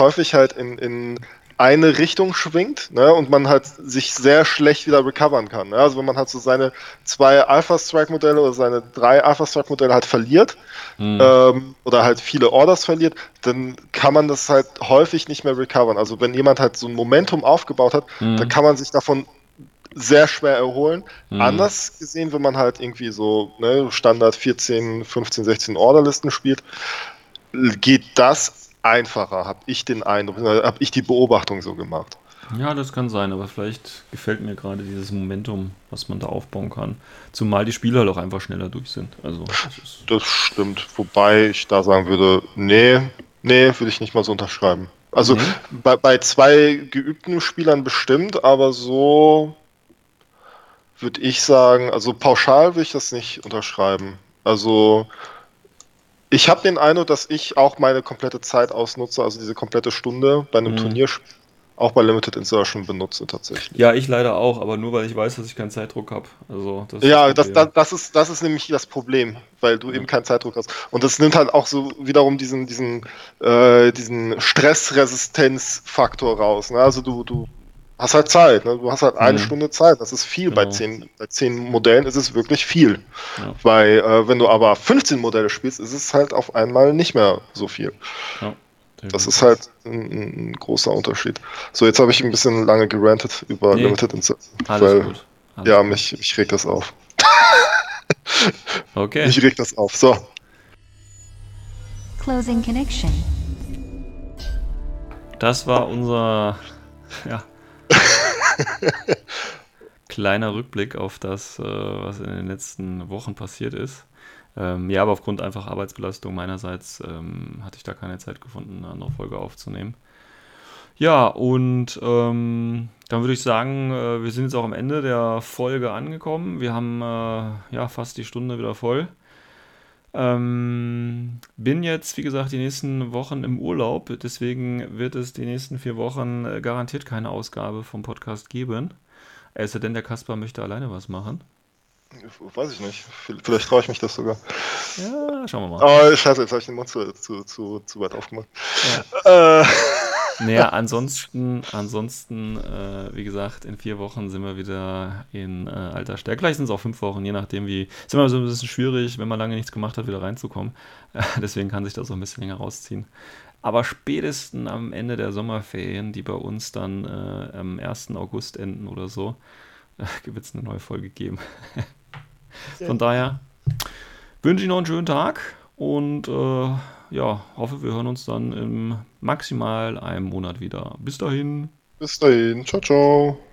in eine Richtung schwingt, ne, und man halt sich sehr schlecht wieder recovern kann. Ne? Also wenn man halt so seine 2 Alpha-Strike-Modelle oder seine 3 Alpha-Strike-Modelle halt verliert, oder halt viele Orders verliert, dann kann man das halt häufig nicht mehr recovern. Also wenn jemand halt so ein Momentum aufgebaut hat, dann kann man sich davon sehr schwer erholen. Anders gesehen, wenn man halt irgendwie so Standard 14, 15, 16 Orderlisten spielt, geht das einfacher, habe ich den Eindruck, habe ich die Beobachtung so gemacht. Ja, das kann sein, aber vielleicht gefällt mir gerade dieses Momentum, was man da aufbauen kann. Zumal die Spieler halt auch einfach schneller durch sind. Also, das stimmt, wobei ich da sagen würde, nee, würde ich nicht mal so unterschreiben. Also bei 2 geübten Spielern bestimmt, aber so würde ich sagen, also pauschal würde ich das nicht unterschreiben. Also ich habe den Eindruck, dass ich auch meine komplette Zeit ausnutze, also diese komplette Stunde bei einem Turnier auch bei Limited Insertion benutze tatsächlich. Ja, ich leider auch, aber nur weil ich weiß, dass ich keinen Zeitdruck habe. Also, das ist nämlich das Problem, weil du eben keinen Zeitdruck hast. Und das nimmt halt auch so wiederum diesen Stressresistenzfaktor raus. Ne? Also du hast halt Zeit, ne? Du hast halt eine Stunde Zeit. Das ist viel. Bei 10 Modellen ist es wirklich viel. Ja. Wenn du aber 15 Modelle spielst, ist es halt auf einmal nicht mehr so viel. Ja. Das ist halt ein großer Unterschied. So, jetzt habe ich ein bisschen lange gerantet über Limited Insertion. Alles gut. Mich regt das auf. Okay. Mich regt das auf. So. Closing Connection. Das war unser kleiner Rückblick auf das, was in den letzten Wochen passiert ist. Aber aufgrund einfach Arbeitsbelastung meinerseits hatte ich da keine Zeit gefunden, eine andere Folge aufzunehmen. Ja, und dann würde ich sagen, wir sind jetzt auch am Ende der Folge angekommen. Wir haben fast die Stunde wieder voll. Bin jetzt, wie gesagt, die nächsten Wochen im Urlaub, deswegen wird es die nächsten 4 Wochen garantiert keine Ausgabe vom Podcast geben. Es sei denn, der Kaspar möchte alleine was machen. Weiß ich nicht. Vielleicht traue ich mich das sogar. Ja, schauen wir mal. Oh, scheiße, jetzt habe ich den Mund zu weit aufgemacht. Ja. Ansonsten, wie gesagt, in 4 Wochen sind wir wieder in alter Stärke. Vielleicht sind es auch 5 Wochen, je nachdem wie. Ist immer so ein bisschen schwierig, wenn man lange nichts gemacht hat, wieder reinzukommen. Deswegen kann sich das so ein bisschen länger rausziehen. Aber spätestens am Ende der Sommerferien, die bei uns dann am 1. August enden oder so, wird es eine neue Folge geben. Von daher wünsche ich noch einen schönen Tag und hoffe, wir hören uns dann in maximal einem Monat wieder. Bis dahin. Bis dahin. Ciao, ciao.